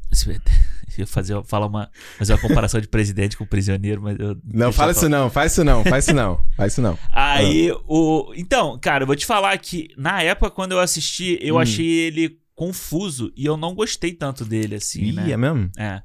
Eu ia fazer, falar uma, fazer uma comparação de presidente com prisioneiro, mas eu... Não, deixa fala eu isso falar. não. Faz isso não. Faz isso não. Faz isso não. Aí, o... Então, cara, eu vou te falar que na época quando eu assisti, eu Hum. achei ele confuso e eu não gostei tanto dele, assim, Ih, né? é mesmo? É.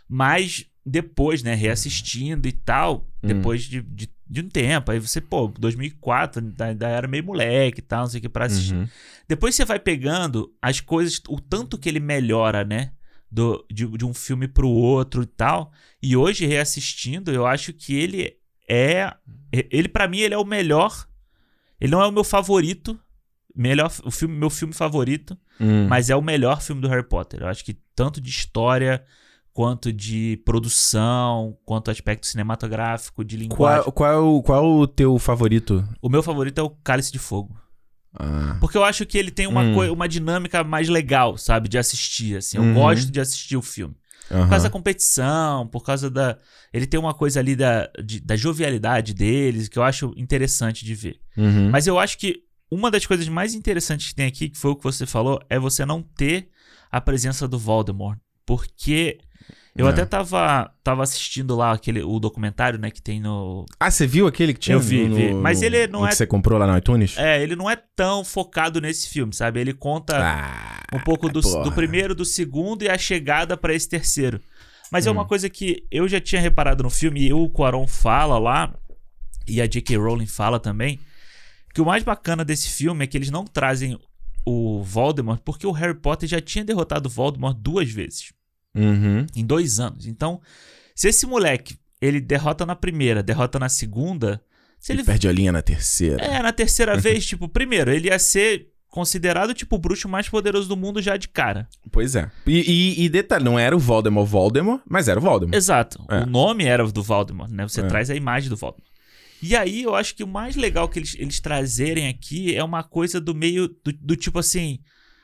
Mas depois, né, reassistindo e tal, Hum. depois de, de, de um tempo, aí você, pô, dois mil e quatro, ainda era meio moleque e tal, não sei o que, pra assistir. Uhum. Depois você vai pegando as coisas, o tanto que ele melhora, né, do, de, de um filme pro outro e tal, e hoje, reassistindo, eu acho que ele é, ele pra mim, ele é o melhor, ele não é o meu favorito, melhor, o filme, meu filme favorito, Hum. mas é o melhor filme do Harry Potter. Eu acho que tanto de história, quanto de produção, quanto aspecto cinematográfico, de linguagem. Qual, qual, é o, qual é o teu favorito? O meu favorito é o Cálice de Fogo. Ah. Porque eu acho que ele tem uma, Hum. coi- uma dinâmica mais legal, sabe? De assistir, assim. Eu Uhum. gosto de assistir o filme. Por Aham. causa da competição, por causa da... Ele tem uma coisa ali da, de- da jovialidade deles, que eu acho interessante de ver. Uhum. Mas eu acho que uma das coisas mais interessantes que tem aqui, que foi o que você falou, é você não ter a presença do Voldemort. Porque eu É. até tava, tava assistindo lá aquele, o documentário, né, que tem no... Ah, você viu aquele que tinha Eu vi, no, vi. Mas ele não no é- que você comprou lá no iTunes? É, ele não é tão focado nesse filme, sabe? Ele conta Ah, um pouco do, porra. do primeiro, do segundo e a chegada pra esse terceiro. Mas é Hum. uma coisa que eu já tinha reparado no filme, e o Cuarón fala lá, e a J K. Rowling fala também, que o mais bacana desse filme é que eles não trazem o Voldemort, porque o Harry Potter já tinha derrotado o Voldemort duas vezes, Uhum. em dois anos. Então, se esse moleque, ele derrota na primeira, derrota na segunda, se Ele ele... perde a linha na terceira. É, na terceira vez, tipo, primeiro, ele ia ser considerado, tipo, o bruxo mais poderoso do mundo já de cara. Pois é. E, e, e detalhe, não era o Voldemort Voldemort, mas era o Voldemort. Exato. É. O nome era do Voldemort, né? Você É. traz a imagem do Voldemort. E aí, eu acho que o mais legal que eles, eles trazerem aqui é uma coisa do meio, do, do tipo assim...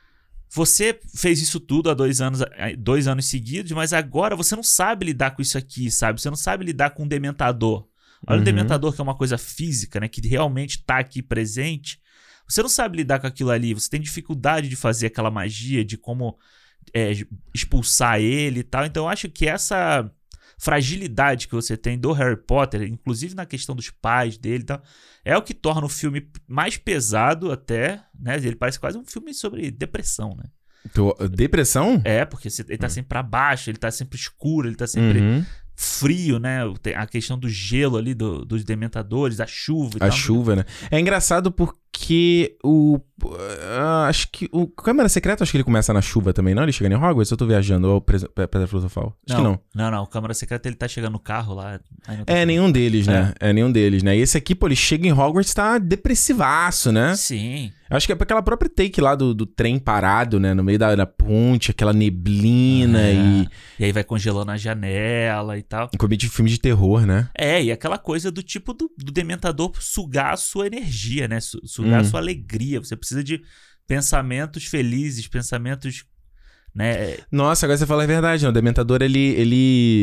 Você fez isso tudo há dois anos, há dois anos seguidos, mas agora você não sabe lidar com isso aqui, sabe? Você não sabe lidar com um dementador. Olha Uhum. o dementador, que é uma coisa física, né? Que realmente tá aqui presente. Você não sabe lidar com aquilo ali. Você tem dificuldade de fazer aquela magia, de como é, expulsar ele e tal. Então eu acho que essa fragilidade que você tem do Harry Potter, inclusive na questão dos pais dele e tal, é o que torna o filme mais pesado até, né? Ele parece quase um filme sobre depressão, né? Tô- Depressão? É, porque você- ele tá sempre pra baixo, ele tá sempre escuro, ele tá sempre Uhum. frio, né? Tem a questão do gelo ali, do- dos dementadores, a chuva e A tal. chuva, né? É engraçado porque o... ah, acho que o Câmara Secreta, acho que ele começa na chuva também, não? Ele chega em Hogwarts? Eu tô viajando, ou Pres- Pe- Pedra Filosofal? Acho que não. Não, não, o Câmara Secreta ele tá chegando no carro lá. aí não tá É, chegando. nenhum deles, né? É. nenhum deles, né? E esse aqui, pô, ele chega em Hogwarts, tá depressivaço, né? Sim. Acho que é pra aquela própria take lá do, do trem parado, né? No meio da, da ponte, aquela neblina É. e... E aí vai congelando a janela e tal. Um comitê de filme de terror, né? É, e aquela coisa do tipo do, do dementador sugar a sua energia, né? Su- Sugar a Hum. sua alegria. Você precisa de pensamentos felizes, pensamentos, né? Nossa, agora você fala a verdade, né? O Dementador, ele... ele...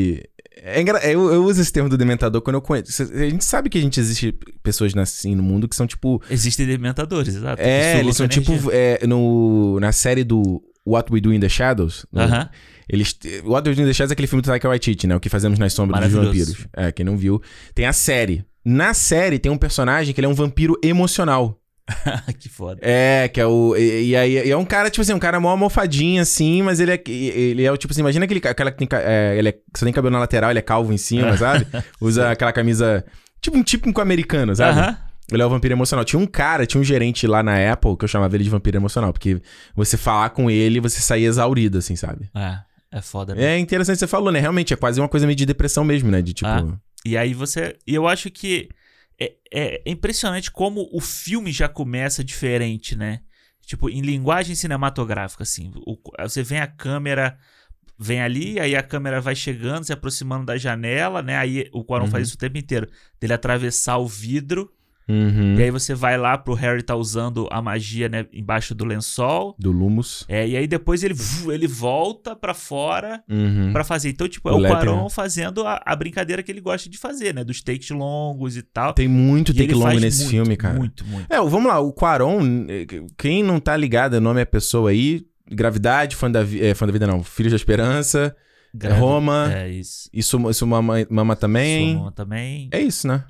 É engra... eu, eu uso esse termo do dementador quando eu conheço. A gente sabe que a gente existe pessoas assim no mundo que são tipo. Existem dementadores, exato. É, eles são tipo. É, no, na série do What We Do in the Shadows. No, Aham. Uh-huh. Eles, What We Do in the Shadows é aquele filme do Taika Waititi, né? O que fazemos nas sombras dos vampiros. É, quem não viu. Tem a série. Na série tem um personagem que ele é um vampiro emocional. Que foda. É, que é o... E, e aí e é um cara, tipo assim, um cara mó almofadinho, assim, mas ele é... Ele é o tipo assim, imagina aquele aquela que tem... É, ele é, só tem cabelo na lateral, ele é calvo em cima, sabe? Usa aquela camisa... Tipo um típico americano, sabe? Aham. Uh-huh. Ele é o vampiro emocional. Tinha um cara, tinha um gerente lá na Apple que eu chamava ele de vampiro emocional, porque você falar com ele, você saía exaurido, assim, sabe? É, é foda mesmo. É interessante você falou, né? Realmente, é quase uma coisa meio de depressão mesmo, né? De tipo... Ah, e aí você... E eu acho que... É, é impressionante como o filme já começa diferente, né? Tipo, em linguagem cinematográfica, assim. O, você vem a câmera, vem ali, aí a câmera vai chegando, se aproximando da janela, né? Aí o Cuarón uhum. faz isso o tempo inteiro. Dele atravessar o vidro. Uhum. E aí você vai lá pro Harry tá usando a magia, né, embaixo do lençol. Do Lumos. É, e aí depois ele, ele volta pra fora uhum. pra fazer. Então, tipo, é o o Cuarón fazendo a, a brincadeira que ele gosta de fazer, né? Dos takes longos e tal. Tem muito take longo nesse muito, filme, cara. Muito, muito. É, vamos lá, o Cuarón, quem não tá ligado, o nome é pessoa aí, Gravidade, fã da, é, fã da vida não, Filhos da Esperança, Gravi... Roma. É isso. Isso, isso mama, mama também. Isso mama também. É isso, né?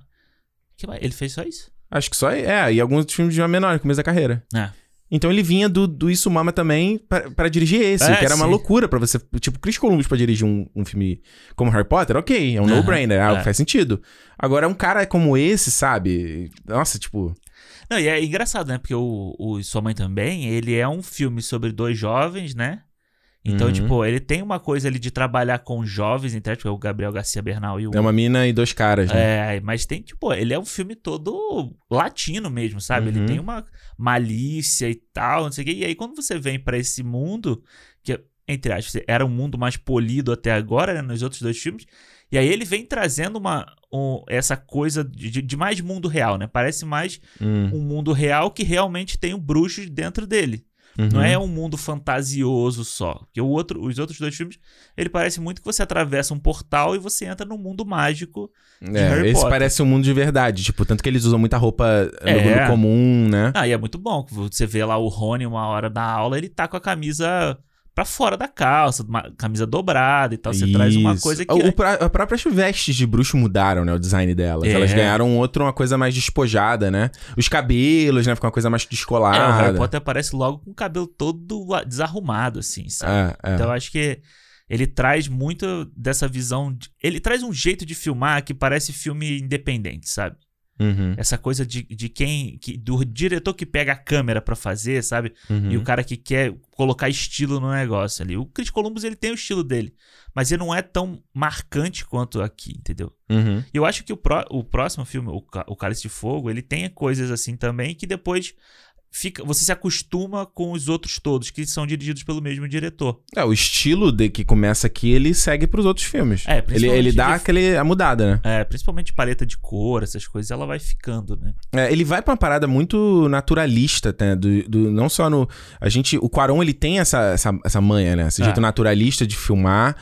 Ele fez só isso? Acho que só... É, e alguns filmes de uma menor, no começo da carreira. É. Então ele vinha do, do Isso Mama também pra, pra dirigir esse, é, que era sim. uma loucura pra você... Tipo, Chris Columbus pra dirigir um, um filme como Harry Potter, ok, é um uh-huh, no-brainer, é. faz sentido. Agora, um cara como esse, sabe? Nossa, tipo... Não, e é engraçado, né? Porque o, o Sua Mãe Também, ele é um filme sobre dois jovens, né? Então, uhum. tipo, ele tem uma coisa ali de trabalhar com jovens, então, tipo, o Gabriel Garcia Bernal e o... É uma mina e dois caras, né? É, mas tem, tipo, ele é um filme todo latino mesmo, sabe? Uhum. Ele tem uma malícia e tal, não sei o quê. E aí, quando você vem pra esse mundo, que, entre aspas, era um mundo mais polido até agora, né? Nos outros dois filmes. E aí ele vem trazendo uma, um, essa coisa de, de mais mundo real, né? Parece mais uhum. um mundo real que realmente tem um bruxo dentro dele. Uhum. Não é um mundo fantasioso só. Porque o outro, os outros dois filmes, ele parece muito que você atravessa um portal e você entra num mundo mágico de é, Harry esse Potter. Parece um mundo de verdade. Tipo, tanto que eles usam muita roupa é. no comum, né? Ah, e é muito bom. Você vê lá o Rony uma hora da aula, ele tá com a camisa... pra fora da calça, uma camisa dobrada e tal. Você Isso. traz uma coisa que... O, o, a próprias vestes de bruxo mudaram, né? O design delas. É. Elas ganharam outro, uma coisa mais despojada, né? Os cabelos, né? Ficam uma coisa mais descolada. É, o Harry Potter aparece logo com o cabelo todo desarrumado, assim, sabe? É, é. Então eu acho que ele traz muito dessa visão... De... Ele traz um jeito de filmar que parece filme independente, sabe? Uhum. Essa coisa de, de quem... Que, do diretor que pega a câmera pra fazer, sabe? Uhum. E o cara que quer colocar estilo no negócio ali. O Chris Columbus, ele tem o estilo dele. Mas ele não é tão marcante quanto aqui, entendeu? Uhum. E eu acho que o, pró, o próximo filme, o, o Cálice de Fogo, ele tem coisas assim também que depois... Fica, você se acostuma com os outros todos, que são dirigidos pelo mesmo diretor. É, o estilo de que começa aqui, ele segue pros outros filmes. É, ele, ele dá de, aquele, a mudada, né? É, principalmente paleta de cor, essas coisas, ela vai ficando, né? É, ele vai pra uma parada muito naturalista, né? Do, do, não só no... A gente... O Cuarón, ele tem essa, essa, essa manha, né? Esse é. jeito naturalista de filmar.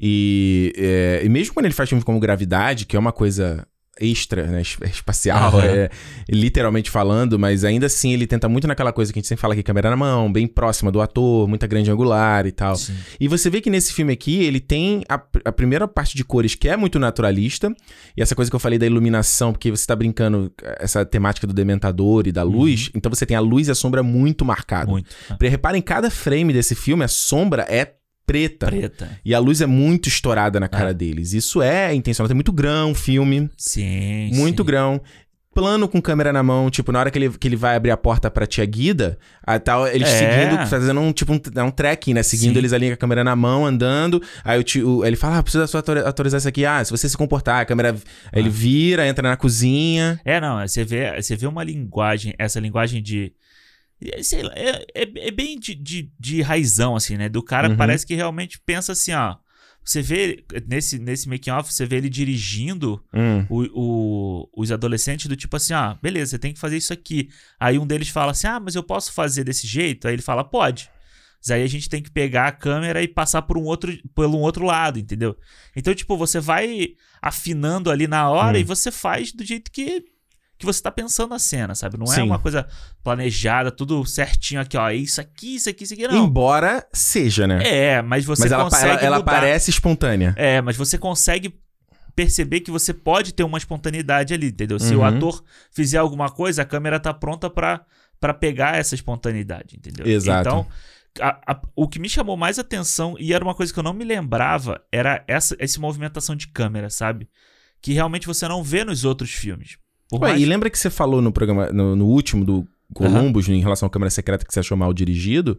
E, é, e mesmo quando ele faz filmes como Gravidade, que é uma coisa... extra, né, espacial, uhum. é, literalmente falando, mas ainda assim ele tenta muito naquela coisa que a gente sempre fala que câmera na mão, bem próxima do ator, muita grande angular e tal. Sim. E você vê que nesse filme aqui, ele tem a, a primeira parte de cores que é muito naturalista, e essa coisa que eu falei da iluminação, porque você tá brincando essa temática do dementador e da luz, uhum. então você tem a luz e a sombra muito marcado. Muito. É. Reparem, cada frame desse filme, a sombra é preta. Preta. E a luz é muito estourada na cara é. deles. Isso é intencional. Tem muito grão o filme. Sim, Muito sim. grão. Plano com câmera na mão. Tipo, na hora que ele, que ele vai abrir a porta pra tia Guida, a tal, eles é. seguindo, fazendo um, tipo, um, um trekking, né? Seguindo sim. eles ali com a câmera na mão, andando. Aí o tio, ele fala, ah, precisa só autorizar isso aqui. Ah, se você se comportar, a câmera... Ah. Ele vira, entra na cozinha. É, não. Você vê, você vê uma linguagem, essa linguagem de... Sei lá, é, é, é bem de, de, de raizão, assim, né? Do cara uhum. parece que realmente pensa assim, ó. Você vê, nesse, nesse making-off, você vê ele dirigindo hum. o, o, os adolescentes do tipo assim, ó, beleza, você tem que fazer isso aqui. Aí um deles fala assim, ah, mas eu posso fazer desse jeito? Aí ele fala, pode. Mas aí a gente tem que pegar a câmera e passar por um outro, pelo um outro lado, entendeu? Então, tipo, você vai afinando ali na hora hum. e você faz do jeito que, que você tá pensando a cena, sabe? Não é Sim. uma coisa planejada, tudo certinho aqui, ó. Isso aqui, isso aqui, isso aqui, não. Embora seja, né? É, mas você mas ela, consegue ela, ela mudar. parece espontânea. É, mas você consegue perceber que você pode ter uma espontaneidade ali, entendeu? Se Uhum. o ator fizer alguma coisa, a câmera tá pronta pra, pra pegar essa espontaneidade, entendeu? Exato. Então, a, a, o que me chamou mais atenção, e era uma coisa que eu não me lembrava, era essa, essa movimentação de câmera, sabe? Que realmente você não vê nos outros filmes. Por Ué, mais... E lembra que você falou no programa, no, no último do Columbus, uhum. em relação à câmera secreta que você achou mal dirigido,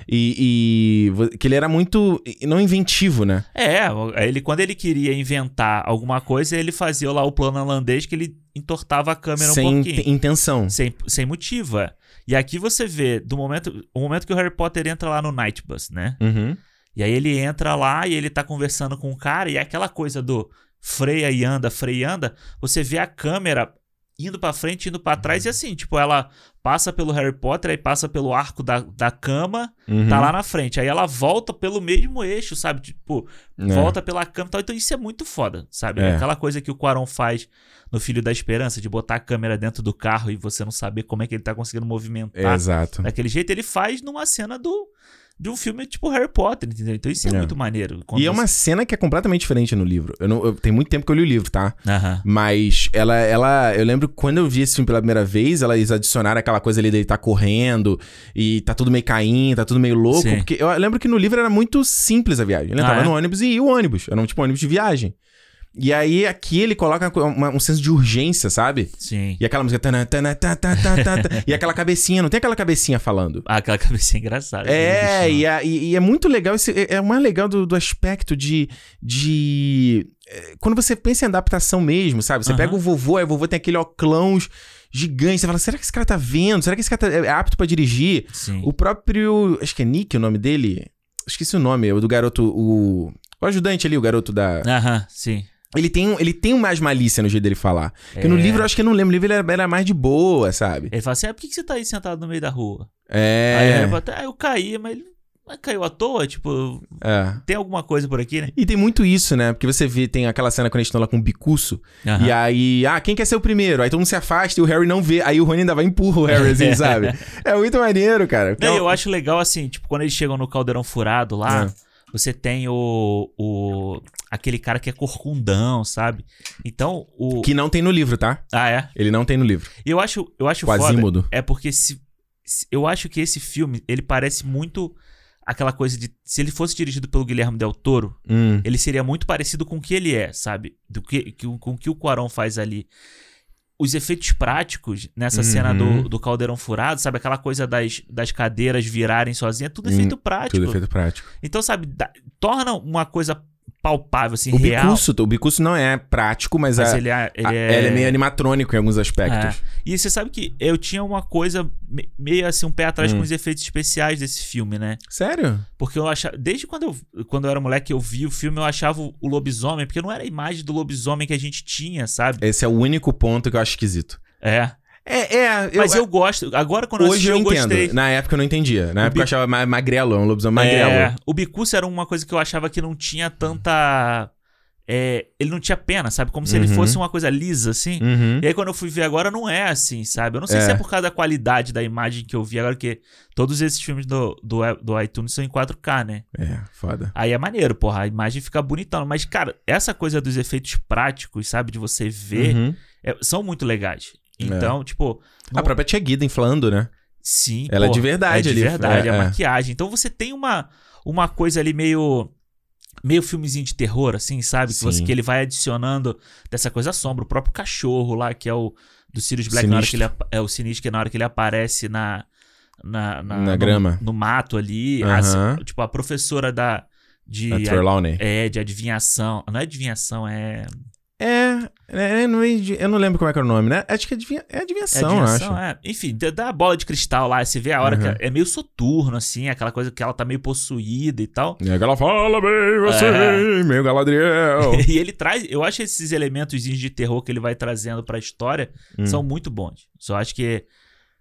e, e que ele era muito, não inventivo, né? É, ele, quando ele queria inventar alguma coisa, ele fazia lá o plano holandês que ele entortava a câmera um sem pouquinho. Sem intenção. Sem, sem motivo, é. E aqui você vê, do momento, o momento que o Harry Potter entra lá no Night Bus, né? Uhum. E aí ele entra lá e ele tá conversando com o cara, e é aquela coisa do freia e anda, freia e anda, você vê a câmera indo pra frente, indo pra trás, e assim, tipo, ela passa pelo Harry Potter, aí passa pelo arco da, da cama, uhum. tá lá na frente. Aí ela volta pelo mesmo eixo, sabe? Tipo, é. volta pela cama e tal. Então isso é muito foda, sabe? É. Aquela coisa que o Cuarón faz no Filho da Esperança, de botar a câmera dentro do carro e você não saber como é que ele tá conseguindo movimentar. Exato. Daquele jeito, ele faz numa cena do... de um filme tipo Harry Potter, entendeu? Então isso é, é. muito maneiro. E é você... uma cena que é completamente diferente no livro. Eu não, eu, tem muito tempo que eu li o livro, tá? Uh-huh. Mas ela, ela... Eu lembro quando eu vi esse filme pela primeira vez, elas adicionaram aquela coisa ali dele tá correndo e tá tudo meio caindo, tá tudo meio louco. Sim. Porque eu lembro que no livro era muito simples a viagem. Ele entrava ah, é? no ônibus e ia o ônibus. Era um tipo um ônibus de viagem. E aí aqui ele coloca uma, um senso de urgência, sabe? Sim. E aquela música... Tana, tana, tana, tana, tana, e aquela cabecinha, não tem aquela cabecinha falando. Ah, aquela cabecinha engraçada. É, e, a, e, e é muito legal, esse, é o mais legal do, do aspecto de... de quando você pensa em adaptação mesmo, sabe? Você uhum. pega o vovô, aí o vovô tem aquele oclãos gigante, você fala, será que esse cara tá vendo? Será que esse cara tá, é apto pra dirigir? Sim. O próprio... Acho que é Nick o nome dele? Esqueci o nome, o do garoto... O, o ajudante ali, o garoto da... Aham, uhum, sim. Ele tem, ele tem mais malícia no jeito dele falar. Porque é. no livro, eu acho que eu não lembro. No livro ele era, era mais de boa, sabe? Ele fala assim, ah, por que você tá aí sentado no meio da rua? É. Aí ele fala, ah, eu caí, mas ele mas caiu à toa, tipo... É. Tem alguma coisa por aqui, né? E tem muito isso, né? Porque você vê, tem aquela cena quando eles estão lá com o bicuço. Uhum. E aí, ah, quem quer ser o primeiro? Aí todo mundo se afasta e o Harry não vê. Aí o Rony ainda vai e empurra o Harry, assim, sabe? É muito maneiro, cara. Não, eu acho legal, assim, tipo, quando eles chegam no Caldeirão Furado lá... É. Você tem o, o... aquele cara que é corcundão, sabe? Então, o... Que não tem no livro, tá? Ah, é? Ele não tem no livro. E eu acho, eu acho Quasimodo. Foda. É porque se, se... Eu acho que esse filme, ele parece muito... Aquela coisa de... Se ele fosse dirigido pelo Guilherme Del Toro, hum. ele seria muito parecido com o que ele é, sabe? Do que, com o que o Cuarón faz ali. Os efeitos práticos nessa uhum. cena do, do Caldeirão Furado, sabe? Aquela coisa das, das cadeiras virarem sozinha, tudo efeito prático. Tudo efeito prático. Então, sabe, dá, torna uma coisa palpável, assim, o real. Bicuço, o Bicuço não é prático, mas, mas a, ele, é, ele, a, é... ele é meio animatrônico em alguns aspectos. É. E você sabe que eu tinha uma coisa meio assim, um pé atrás hum. com os efeitos especiais desse filme, né? Sério? Porque eu achava... Desde quando eu, quando eu era moleque eu vi o filme, eu achava o lobisomem, porque não era a imagem do lobisomem que a gente tinha, sabe? Esse é o único ponto que eu acho esquisito. É. É, é. Eu, Mas eu gosto. Agora, quando hoje eu assisti, eu, eu entendo. gostei. Na época eu não entendia. Na o época Bi... eu achava ma magrelo, um lobisomem magrelo. É. O Bicuço era uma coisa que eu achava que não tinha tanta... É, ele não tinha pena, sabe? Como se uhum. ele fosse uma coisa lisa, assim. Uhum. E aí, quando eu fui ver agora, não é assim, sabe? Eu não sei é. se é por causa da qualidade da imagem que eu vi agora, porque todos esses filmes do, do, do iTunes são em quatro K, né? É, foda. Aí é maneiro, porra. A imagem fica bonitão. Mas, cara, essa coisa dos efeitos práticos, sabe? De você ver, uhum. é, são muito legais. Então, é. tipo... Não... A própria Tia Guida inflando, né? Sim, ela porra, é de verdade é ali. de verdade, é, a é. maquiagem. Então, você tem uma, uma coisa ali meio... Meio filmezinho de terror, assim, sabe? Que, você, que ele vai adicionando dessa coisa sombra. O próprio cachorro lá, que é o do Sirius Black, na hora que ele, é o Sinistro, que na hora que ele aparece na... Na, na, na no, grama. No mato ali. Uhum. A, tipo, a professora da... De, a Trelawney. É, de adivinhação. Não é adivinhação, é... É, é, eu não lembro como é que era o nome, né? Acho que é, adivinha, é adivinhação, é adivinhação, eu acho. É. Enfim, da bola de cristal lá, você vê a hora uhum. que é meio soturno, assim, aquela coisa que ela tá meio possuída e tal. E aí ela fala bem assim, é. meio Galadriel. E ele traz, eu acho esses elementos de terror que ele vai trazendo pra história hum. são muito bons. Só acho que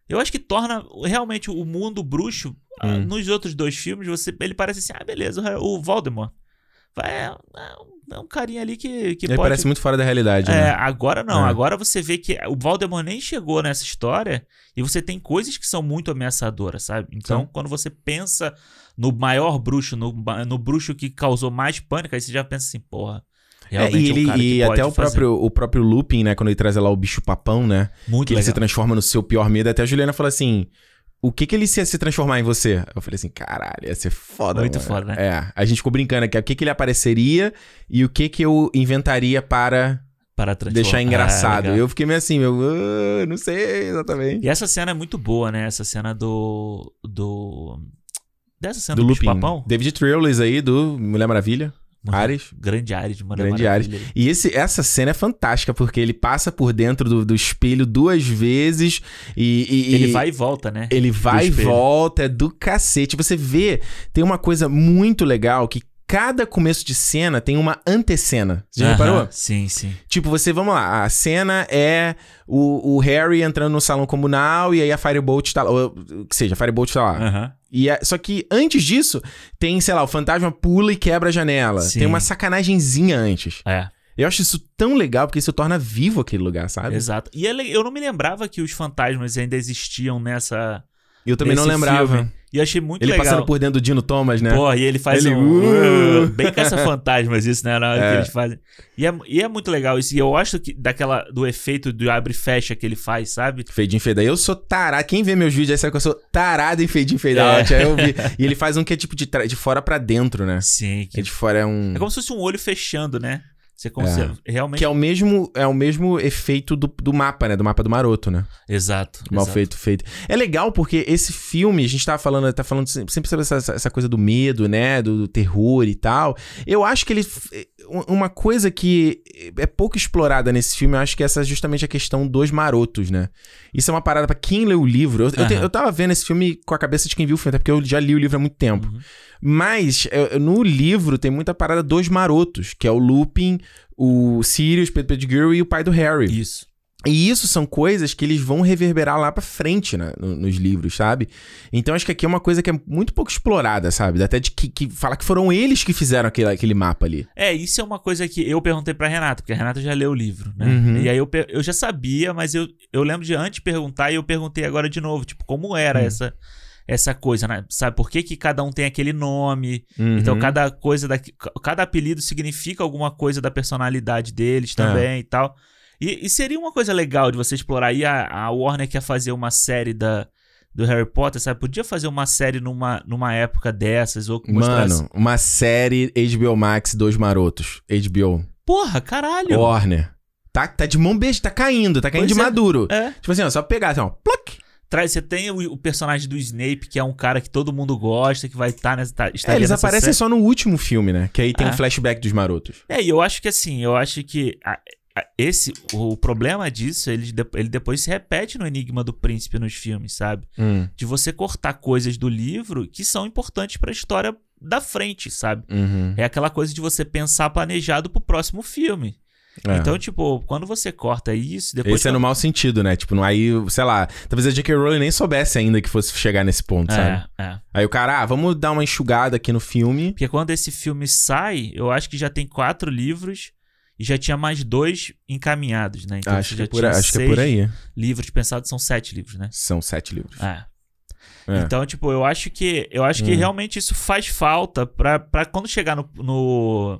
Eu acho que torna realmente o mundo bruxo. Hum. Ah, nos outros dois filmes, você, ele parece assim, ah, beleza, o Voldemort. Vai, é, é um carinha ali que, que ele pode... parece muito fora da realidade, é, né? Agora não. É. Agora você vê que o Voldemort nem chegou nessa história e você tem coisas que são muito ameaçadoras, sabe? Então, Sim. quando você pensa no maior bruxo, no, no bruxo que causou mais pânico, aí você já pensa assim, porra... É, e ele, é e até o próprio, o próprio Lupin, né? Quando ele traz lá o bicho-papão, né? Muito que legal. Ele se transforma no seu pior medo. Até a Juliana falou assim... O que que ele ia se transformar em você? Eu falei assim, caralho, ia ser foda, Muito mano. foda, né? É, a gente ficou brincando aqui. O que que ele apareceria e o que que eu inventaria para... Para deixar engraçado. Ah, eu fiquei meio assim, meu... Uh, não sei exatamente. E essa cena é muito boa, né? Essa cena do... do... Dessa cena do, do Lupin. bicho-papão. David Thewlis aí, do Mulher Maravilha. Ares. Grande Ares de Mulher Grande Maravilha. Ares. E esse, essa cena é fantástica, porque ele passa por dentro do, do espelho duas vezes e... e ele e vai e volta, né? Ele vai e volta, é do cacete. Você vê, tem uma coisa muito legal que cada começo de cena tem uma antecena. Você já uh-huh. reparou? Sim, sim. Tipo, você, vamos lá, a cena é o, o Harry entrando no salão comunal e aí a Firebolt tá lá, ou que seja, a Firebolt tá lá. Aham. Uh-huh. E é, só que antes disso, tem, sei lá, o fantasma pula e quebra a janela. Sim. Tem uma sacanagemzinha antes. É. Eu acho isso tão legal, porque isso torna vivo aquele lugar, sabe? Exato. E eu não me lembrava que os fantasmas ainda existiam nessa... Eu também não lembrava. Filme. E eu achei muito ele legal. Ele passando por dentro do Dino Thomas, né? Pô, e ele faz ele, um... Uh... Bem caça-fantasmas isso, né? Na hora é. que eles fazem. E é, e é muito legal isso. E eu acho que daquela, do efeito do abre e fecha que ele faz, sabe? Fade in, fade out. Eu sou tarado. Quem vê meus vídeos aí sabe que eu sou tarado em fade in, fade out. É. Aí eu vi. E ele faz um que é tipo de, tra... de fora pra dentro, né? Sim. Que... É de fora é um... É como se fosse um olho fechando, né? Você consegue é. realmente... Que é o mesmo, é o mesmo efeito do, do mapa, né? Do mapa do Maroto, né? Exato. Mal exato. feito, feito. É legal porque esse filme, a gente tava falando, tá falando sempre sobre essa, essa coisa do medo, né? Do, do terror e tal. Eu acho que ele... Uma coisa que é pouco explorada nesse filme, eu acho que essa é justamente a questão dos marotos, né? Isso é uma parada pra quem lê o livro. Eu, uhum. eu, te, eu tava vendo esse filme com a cabeça de quem viu o filme, até porque eu já li o livro há muito tempo. Uhum. Mas eu, no livro tem muita parada dos marotos, que é o Lupin, o Sirius, Pedro Pettigrew e o pai do Harry. Isso. E isso são coisas que eles vão reverberar lá pra frente, né, no, nos livros, sabe? Então acho que aqui é uma coisa que é muito pouco explorada, sabe? Até de que, que falar que foram eles que fizeram aquele, aquele mapa ali. É, isso é uma coisa que eu perguntei pra Renata, porque a Renata já leu o livro, né? Uhum. E aí eu, eu já sabia, mas eu, eu lembro de antes perguntar e eu perguntei agora de novo, tipo, como era uhum. essa... essa coisa, né? Sabe por que que cada um tem aquele nome? Uhum. Então, cada coisa, da, cada apelido significa alguma coisa da personalidade deles também é. e tal. E, e seria uma coisa legal de você explorar. E a, a Warner quer fazer uma série da, do Harry Potter, sabe? Podia fazer uma série numa, numa época dessas. Ou mostrasse... Mano, uma série H B O Max, Dois Marotos. H B O. Porra, caralho! Warner. Tá, tá de mão beijo, tá caindo, tá caindo pois de é. maduro. É. Tipo assim, ó, só pegar assim, ó, ploc. Você tem o, o personagem do Snape, que é um cara que todo mundo gosta, que vai estar tá nessa... Tá, é, eles aparecem série. Só no último filme, né? Que aí tem é. um flashback dos marotos. É, e eu acho que assim, eu acho que a, a, esse, o problema disso, ele, ele depois se repete no Enigma do Príncipe nos filmes, sabe? Hum. De você cortar coisas do livro que são importantes pra história da frente, sabe? Uhum. É aquela coisa de você pensar planejado pro próximo filme. É. Então, tipo, quando você corta isso... depois Esse é no mau sentido, né? Tipo, aí, sei lá... Talvez a J K Rowling nem soubesse ainda que fosse chegar nesse ponto, é, sabe? É. Aí o cara, ah, vamos dar uma enxugada aqui no filme. Porque quando esse filme sai, eu acho que já tem quatro livros e já tinha mais dois encaminhados, né? Então, acho já que, por, acho que é por aí. Livros pensados, são sete livros, né? São sete livros. É. É. Então, tipo, eu acho que eu acho que hum. realmente isso faz falta pra, pra quando chegar no... no...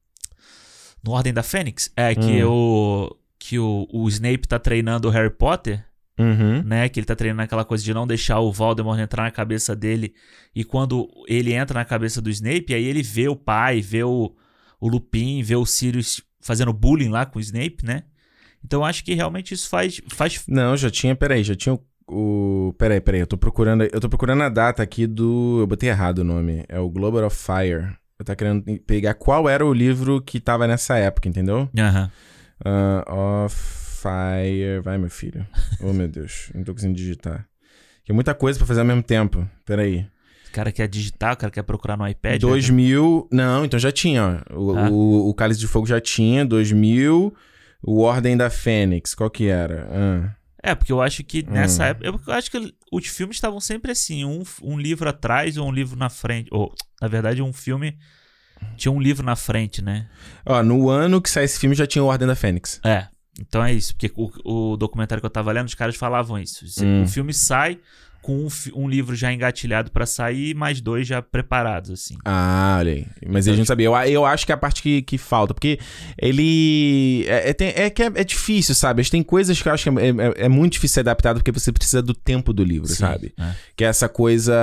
No Ordem da Fênix, é que, hum. o, que o, o Snape tá treinando o Harry Potter, uhum. né? Que ele tá treinando aquela coisa de não deixar o Voldemort entrar na cabeça dele. E quando ele entra na cabeça do Snape, aí ele vê o pai, vê o, o Lupin, vê o Sirius fazendo bullying lá com o Snape, né? Então eu acho que realmente isso faz... faz... Não, já tinha, peraí, já tinha o... o... Peraí, peraí, eu tô procurando... Eu tô procurando a data aqui do... Eu botei errado o nome. É o Goblet of Fire. Eu tava querendo pegar qual era o livro que tava nessa época, entendeu? Aham. Uhum. Uh, of Fire... Vai, meu filho. Oh, meu Deus. Não tô conseguindo digitar. Tem muita coisa pra fazer ao mesmo tempo. Peraí. O cara quer digitar, o cara quer procurar no iPad. dois mil... Né? Não, então já tinha, ó. O, ah. o, o Cálice de Fogo já tinha. dois mil... O Ordem da Fênix. Qual que era? Ah. É, porque eu acho que nessa Hum. época... Eu acho que os filmes estavam sempre assim, um, um livro atrás ou um livro na frente. Ou, na verdade, um filme tinha um livro na frente, né? Ó, no ano que sai esse filme já tinha o Ordem da Fênix. É, então é isso. Porque o, o documentário que eu tava lendo, os caras falavam isso. Hum. O filme sai com um, fi- um livro já engatilhado pra sair e mais dois já preparados, assim. Ah, olha aí. Mas a gente não sabia. Eu, eu acho que é a parte que, que falta. Porque ele... É, é, tem- é que é, é difícil, sabe? Tem coisas que eu acho que é, é- é muito difícil ser adaptado porque você precisa do tempo do livro, Sim, sabe? é. Que é essa coisa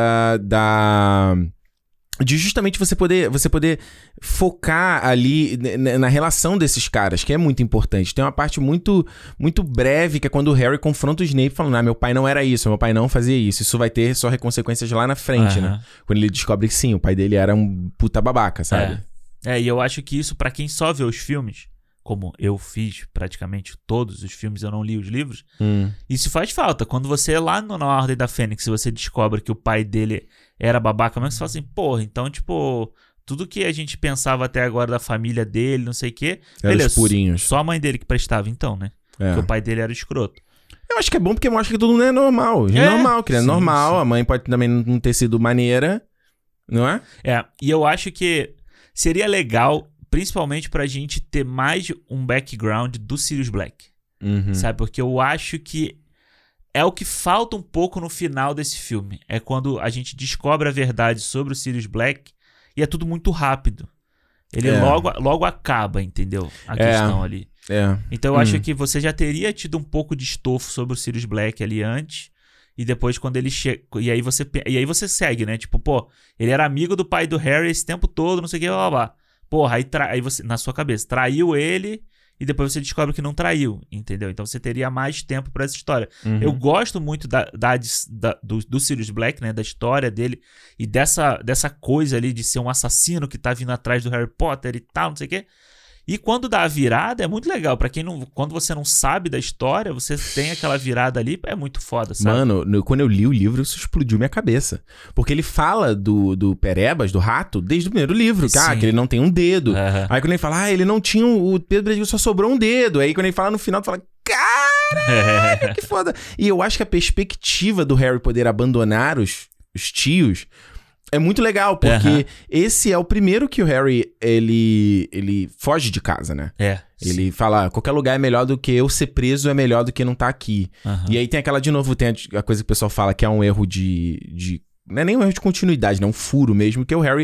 da... De justamente você poder, você poder focar ali n- na relação desses caras, que é muito importante. Tem uma parte muito, muito breve, que é quando o Harry confronta o Snape falando, ah, meu pai não era isso, meu pai não fazia isso. Isso vai ter só consequências lá na frente, Aham. né? Quando ele descobre que sim, o pai dele era um puta babaca, sabe? É. É, e eu acho que isso, pra quem só vê os filmes, como eu fiz praticamente todos os filmes, eu não li os livros, Hum. isso faz falta. Quando você, lá no, na Ordem da Fênix, você descobre que o pai dele era babaca, mas você fala assim, porra, então, tipo, tudo que a gente pensava até agora da família dele, não sei o quê, Era beleza, os purinhos. só a mãe dele que prestava, então, né? É. Porque o pai dele era escroto. Eu acho que é bom porque mostra que todo mundo é normal. É, É, normal, que é sim, normal. sim. A mãe pode também não ter sido maneira, não é? É, e eu acho que seria legal, principalmente pra gente ter mais um background do Sirius Black. Uhum. Sabe? Porque eu acho que é o que falta um pouco no final desse filme. É quando a gente descobre a verdade sobre o Sirius Black e é tudo muito rápido. Ele É. logo, logo acaba, entendeu? A É. questão ali. É. Então eu Hum. acho que você já teria tido um pouco de estofo sobre o Sirius Black ali antes. E depois quando ele chega... E aí você pe- e aí você segue, né? Tipo, pô, ele era amigo do pai do Harry esse tempo todo, não sei o que, blá, blá, blá. Porra, aí, tra... aí você, na sua cabeça, traiu ele e depois você descobre que não traiu, entendeu? Então você teria mais tempo pra essa história. Uhum. Eu gosto muito da, da, da- do, do Sirius Black, né? Da história dele e dessa, dessa coisa ali de ser um assassino que tá vindo atrás do Harry Potter e tal, não sei o quê. E quando dá a virada, é muito legal. Pra quem não... Quando você não sabe da história, você tem aquela virada ali, é muito foda, sabe? Mano, no- quando eu li o livro, isso explodiu minha cabeça. Porque ele fala do, do Perebas, do rato, desde o primeiro livro. Que, ah, Sim. que ele não tem um dedo. Aham. Aí quando ele fala, ah, ele não tinha um, o Pedro Brasileiro só sobrou um dedo. Aí quando ele fala no final, tu fala, cara, que foda. E eu acho que a perspectiva do Harry poder abandonar os, os tios é muito legal, porque Aham. esse é o primeiro que o Harry, ele, ele foge de casa, né? É. Ele fala, ah, qualquer lugar é melhor do que eu ser preso, é melhor do que não tá aqui. Aham. E aí tem aquela, de novo, tem a, a coisa que o pessoal fala que é um erro de, de... Não é nem um erro de continuidade, né? Um furo mesmo, que o Harry...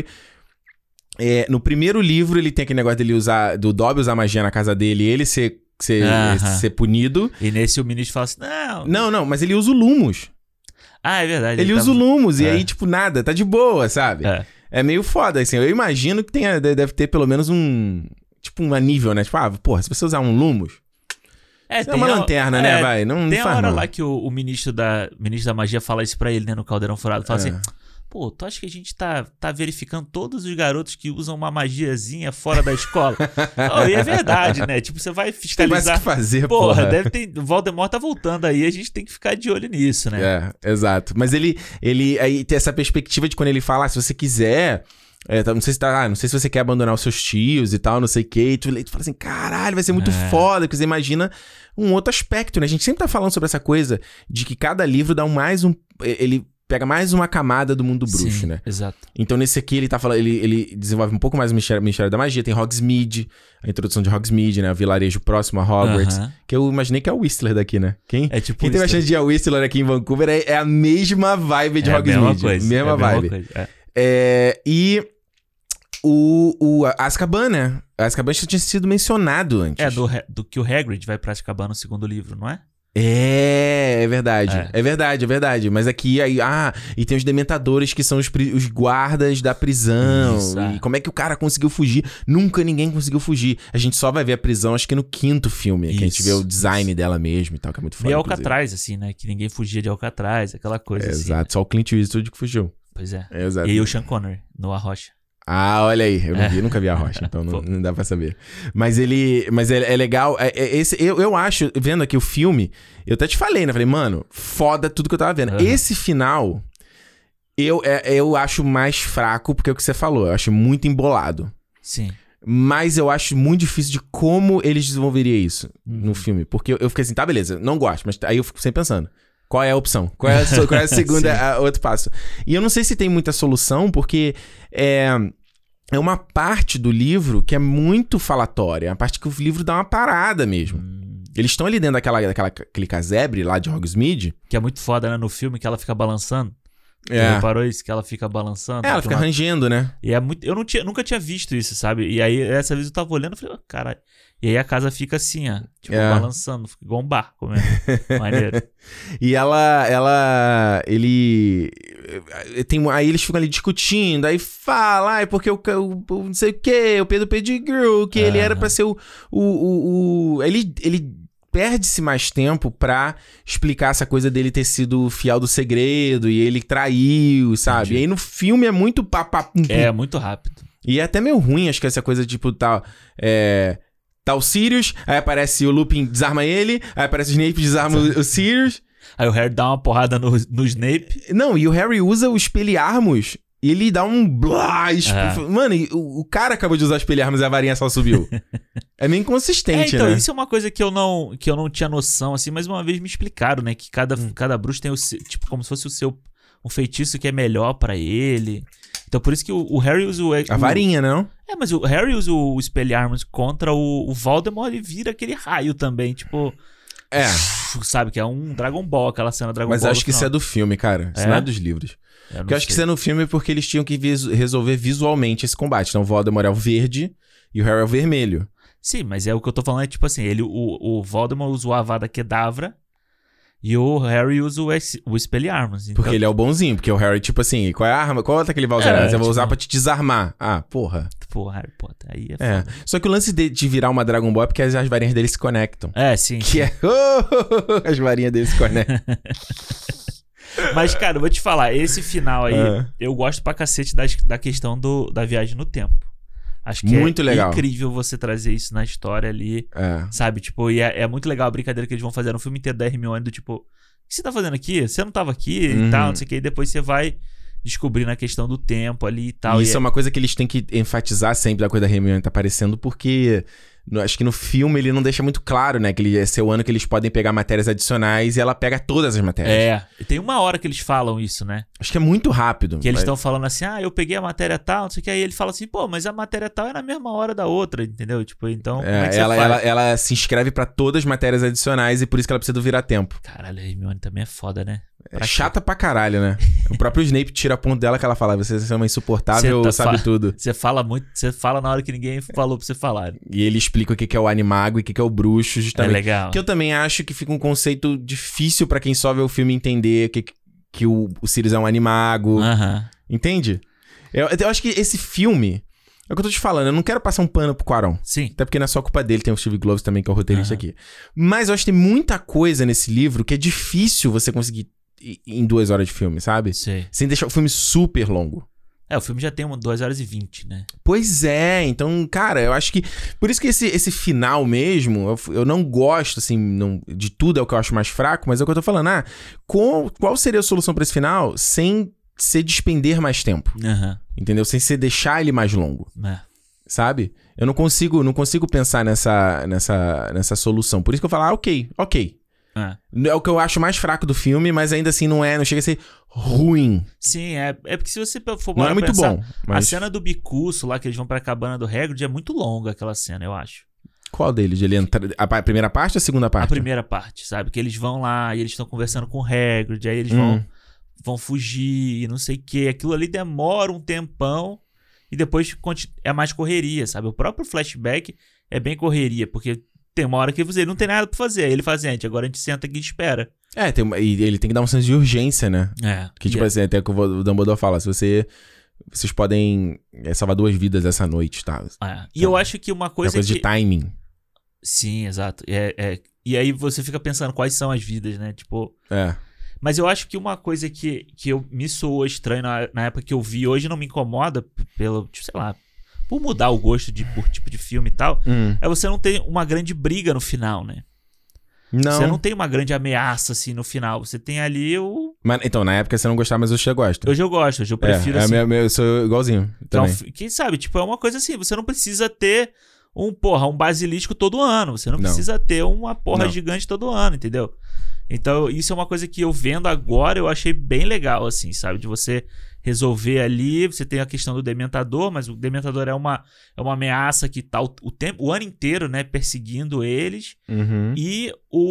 É, no primeiro livro, ele tem aquele negócio dele usar... Do Dobby usar magia na casa dele e ele ser, ser, Aham. ser punido. E nesse o ministro fala assim, não... Não, não, mas ele usa o Lumos. Ah, é verdade. Ele tá- usa o Lumos e É. aí, tipo, nada, tá de boa, sabe? É. É meio foda, assim. Eu imagino que tenha, deve ter pelo menos um... Tipo, um nível, né? Tipo, ah, porra, se você usar um Lumos... É, É uma a- lanterna, é, né, vai? Não, não Tem a faz hora mal. lá que o, o ministro, da, ministro da magia fala isso pra ele, né, no Caldeirão Furado. Fala É. assim, pô, tu acha que a gente tá, tá verificando todos os garotos que usam uma magiazinha fora da escola? Oh, e é verdade, né? Tipo, você vai Tem mais o fiscalizar... que fazer, Porra, porra. deve ter... O Voldemort tá voltando aí, a gente tem que ficar de olho nisso, né? É, exato. Mas ele, ele aí tem essa perspectiva de quando ele fala, ah, se você quiser... É, tá- não sei se tá, ah, não sei se você quer abandonar os seus tios e tal, não sei o que. E tu, tu fala assim, caralho, vai ser muito É. foda, porque você imagina um outro aspecto, né? A gente sempre tá falando sobre essa coisa de que cada livro dá um mais um... Ele pega mais uma camada do mundo bruxo, Sim, né? exato. Então nesse aqui ele tá falando, ele, ele desenvolve um pouco mais o mistério, mistério da magia. Tem Hogsmeade, a introdução de Hogsmeade, né? O vilarejo próximo a Hogwarts. Aham. Que eu imaginei que é o Whistler daqui, né? Quem, É tipo quem teve a isso. chance de ir a Whistler aqui em Vancouver é, é a mesma vibe de É a Hogsmeade. mesma coisa. Mesma é a vibe. coisa, é. É, e o, o Azkaban, né? A Azkaban já tinha sido mencionado antes. É, do, do que o Hagrid vai pra Azkaban no segundo livro, não é? É, é verdade. É. É. é verdade, é verdade. Mas aqui, aí, ah, e tem os dementadores que são os, pri- os guardas da prisão. Isso, é. E como é que o cara conseguiu fugir? Nunca ninguém conseguiu fugir. A gente só vai ver a prisão, acho que no quinto filme, que a gente Isso, vê o design isso. dela mesmo e tal, que é muito foda. E inclusive. Alcatraz, assim, né? Que ninguém fugia de Alcatraz, aquela coisa É, assim. exato, só o Clint Eastwood que fugiu. Pois é. É, exato. E aí o Sean Connery, no Arrocha. Ah, olha aí, eu não É. vi, nunca vi a Rocha, então não, Pô. não dá pra saber. Mas ele, mas é, é legal, é, é esse, eu, eu acho, vendo aqui o filme, eu até te falei, né, falei, mano, foda tudo que eu tava vendo. Uhum. Esse final, eu, é, eu acho mais fraco, porque é o que você falou, eu acho muito embolado. Sim. Mas eu acho muito difícil de como eles desenvolveriam isso Uhum. no filme. Porque eu, eu fiquei assim, tá, beleza, não gosto. Mas aí eu fico sempre pensando, qual é a opção? Qual é a, so- qual é a segunda, a, outro passo? E eu não sei se tem muita solução, porque é, é uma parte do livro que é muito falatória. É a parte que o livro dá uma parada mesmo. Hum. Eles estão ali dentro daquela, daquela aquele casebre lá de Hogsmeade. Que é muito foda, né? No filme que ela fica balançando. É. Você reparou isso? Que ela fica balançando. É, ela Tem fica uma- rangendo, né? E é muito. Eu não tinha, nunca tinha visto isso, sabe? E aí, essa vez eu tava olhando e falei, oh, caralho. E aí a casa fica assim, ó. Tipo, É. balançando. Fica igual um barco mesmo. Maneiro. E ela, ela, ele, tem, aí eles ficam ali discutindo, aí fala, ah, é porque o, o, o não sei o que, o Pedro Pettigrew, que ele Aham. era pra ser o, o, o, o ele, ele perde-se mais tempo pra explicar essa coisa dele ter sido fiel do segredo e ele traiu, sabe? Entendi. E aí no filme é muito papá. É, muito rápido. E é até meio ruim, acho que essa coisa, tipo, tal, é... Tá o Sirius, aí aparece o Lupin, desarma ele, aí aparece o Snape, desarma o, o Sirius. Aí o Harry dá uma porrada no, no Snape. Não, e o Harry usa o espelharmos e ele dá um blá... esp- Ah. Mano, e o, o cara acabou de usar o espelharmos e a varinha só subiu. É meio É, inconsistente, então, né? isso é uma coisa que eu não, que eu não tinha noção, assim, mas uma vez me explicaram, né? Que cada, Hum. cada bruxo tem o seu, tipo, como se fosse o seu, um feitiço que é melhor pra ele. Então por isso que o, o Harry usa o... A varinha, não? É, mas o Harry usa o Expelliarmus contra o, o Voldemort e vira aquele raio também, tipo... É, Sabe, que é um Dragon Ball, aquela cena Dragon mas Ball. acho que isso é do filme, cara. Isso É? não é dos livros. Eu Porque eu acho que isso é no filme porque eles tinham que visu- resolver visualmente esse combate. Então o Voldemort é o verde e o Harry é o vermelho. Sim, mas é o que eu tô falando, é tipo assim, ele, o, o Voldemort usa o Avada Kedavra e o Harry usa o, Ex- o Expelliarmus. Então, Porque ele é o bonzinho. Porque o Harry, tipo assim, qual é a arma? Qual outra que ele vai usar? É, eu vou tipo- usar pra te desarmar. Ah, porra. Pô, Harry Potter, aí é É. foda. Só que o lance de, de virar uma Dragon Ball é porque as, as varinhas dele se conectam. É, sim. Que é... as varinhas dele se conectam. Mas, cara, eu vou te falar, esse final aí, É. eu gosto pra cacete das, da questão do, da viagem no tempo. Acho que Muito é legal. incrível você trazer isso na história ali, É. sabe? Tipo, e é, é muito legal a brincadeira que eles vão fazer no filme inteiro da Hermione, do tipo, o que você tá fazendo aqui? Você não tava aqui Uhum. e tal, não sei o que. E depois você vai descobrindo a questão do tempo ali e tal. E e isso é uma coisa que eles têm que enfatizar sempre da coisa da Hermione tá aparecendo, porque no- acho que no filme ele não deixa muito claro, né? Que ele, esse é o ano que eles podem pegar matérias adicionais e ela pega todas as matérias. É, e tem uma hora que eles falam isso, né? Acho que é muito rápido. Que eles mas- estão falando assim, ah, eu peguei a matéria tal, não sei o que. Aí ele fala assim, pô, mas a matéria tal é na mesma hora da outra, entendeu? Tipo, então, como é É, que você ela, faz? ela, ela se inscreve pra todas as matérias adicionais e por isso que ela precisa do vira-tempo. Caralho, a Hermione também é foda, né? É Pra chata pra caralho, né? O próprio Snape tira a ponto dela que ela fala: você é uma insuportável, Você tá sabe fa- tudo. Você fala muito, você fala na hora que ninguém falou pra você falar. E ele explica o que que é o animago e o que que é o bruxo, É justamente. legal. Que eu também acho que fica um conceito difícil pra quem só vê o filme entender que, que o, o Sirius é um animago. Aham. Entende? Eu, eu acho que esse filme... É o que eu tô te falando, eu não quero passar um pano pro Quaron. Sim. Até porque não é só culpa dele, tem o Steve Gloves também, que é o roteirista Aham. aqui. Mas eu acho que tem muita coisa nesse livro que é difícil você conseguir ir em duas horas de filme, sabe? Sei. Sem deixar o filme super longo. É, o filme já tem uma, duas horas e vinte, né? Pois é, então, cara, eu acho que... Por isso que esse, esse final mesmo, eu, eu não gosto, assim, não, de tudo é o que eu acho mais fraco, mas é o que eu tô falando. Ah, qual, qual seria a solução pra esse final sem ser despender mais tempo? Aham. Entendeu? Sem ser deixar ele mais longo, É. sabe? Eu não consigo, não consigo pensar nessa, nessa, nessa solução. Por isso que eu falo, ah, ok, ok. É. É o que eu acho mais fraco do filme, mas ainda assim não é, não chega a ser ruim. Sim, é, é porque se você for Não parar é muito pra pensar, bom, mas... A cena do Bicuço lá, que eles vão pra cabana do Hagrid, é muito longa aquela cena, eu acho. Qual deles? Ele entra... A pa- primeira parte ou a segunda parte? A primeira parte, sabe? Que eles vão lá e eles estão conversando com o Hagrid, aí eles vão, Hum. vão fugir e não sei o que. Aquilo ali demora um tempão e depois conti- é mais correria, sabe? O próprio flashback é bem correria, porque tem uma hora que você não tem nada pra fazer. Aí ele fala assim, gente, agora a gente senta aqui e espera. É, tem uma- e ele tem que dar um senso de urgência, né? É. Que, tipo e é- assim, até que o Dumbledore fala, se você... Vocês podem é, salvar duas vidas essa noite, tá? é. E eu acho que uma É coisa, coisa que... de timing. Sim, exato. É, é... E aí você fica pensando quais são as vidas, né? Tipo... É. Mas eu acho que uma coisa que, que eu, me soou estranho na, na época que eu vi, hoje não me incomoda p- pelo, tipo, sei lá, por mudar o gosto de, por tipo de filme e tal, Hum. é você não ter uma grande briga no final, né? Não. Você não tem uma grande ameaça, assim, no final. Você tem ali o... Mas, então, na época você não gostava, mas hoje você gosta. Hoje eu gosto, hoje eu prefiro, é, assim. É, eu sou igualzinho também. Então, quem sabe, tipo, é uma coisa assim, você não precisa ter um, porra, um basilisco todo ano. Você não, não. precisa ter uma porra não. gigante todo ano, entendeu? Então, isso é uma coisa que eu vendo agora, eu achei bem legal, assim, sabe? De você resolver ali, você tem a questão do Dementador, mas o Dementador é uma, é uma ameaça que tá o, o, tempo, o ano inteiro, né, perseguindo eles. Uhum. E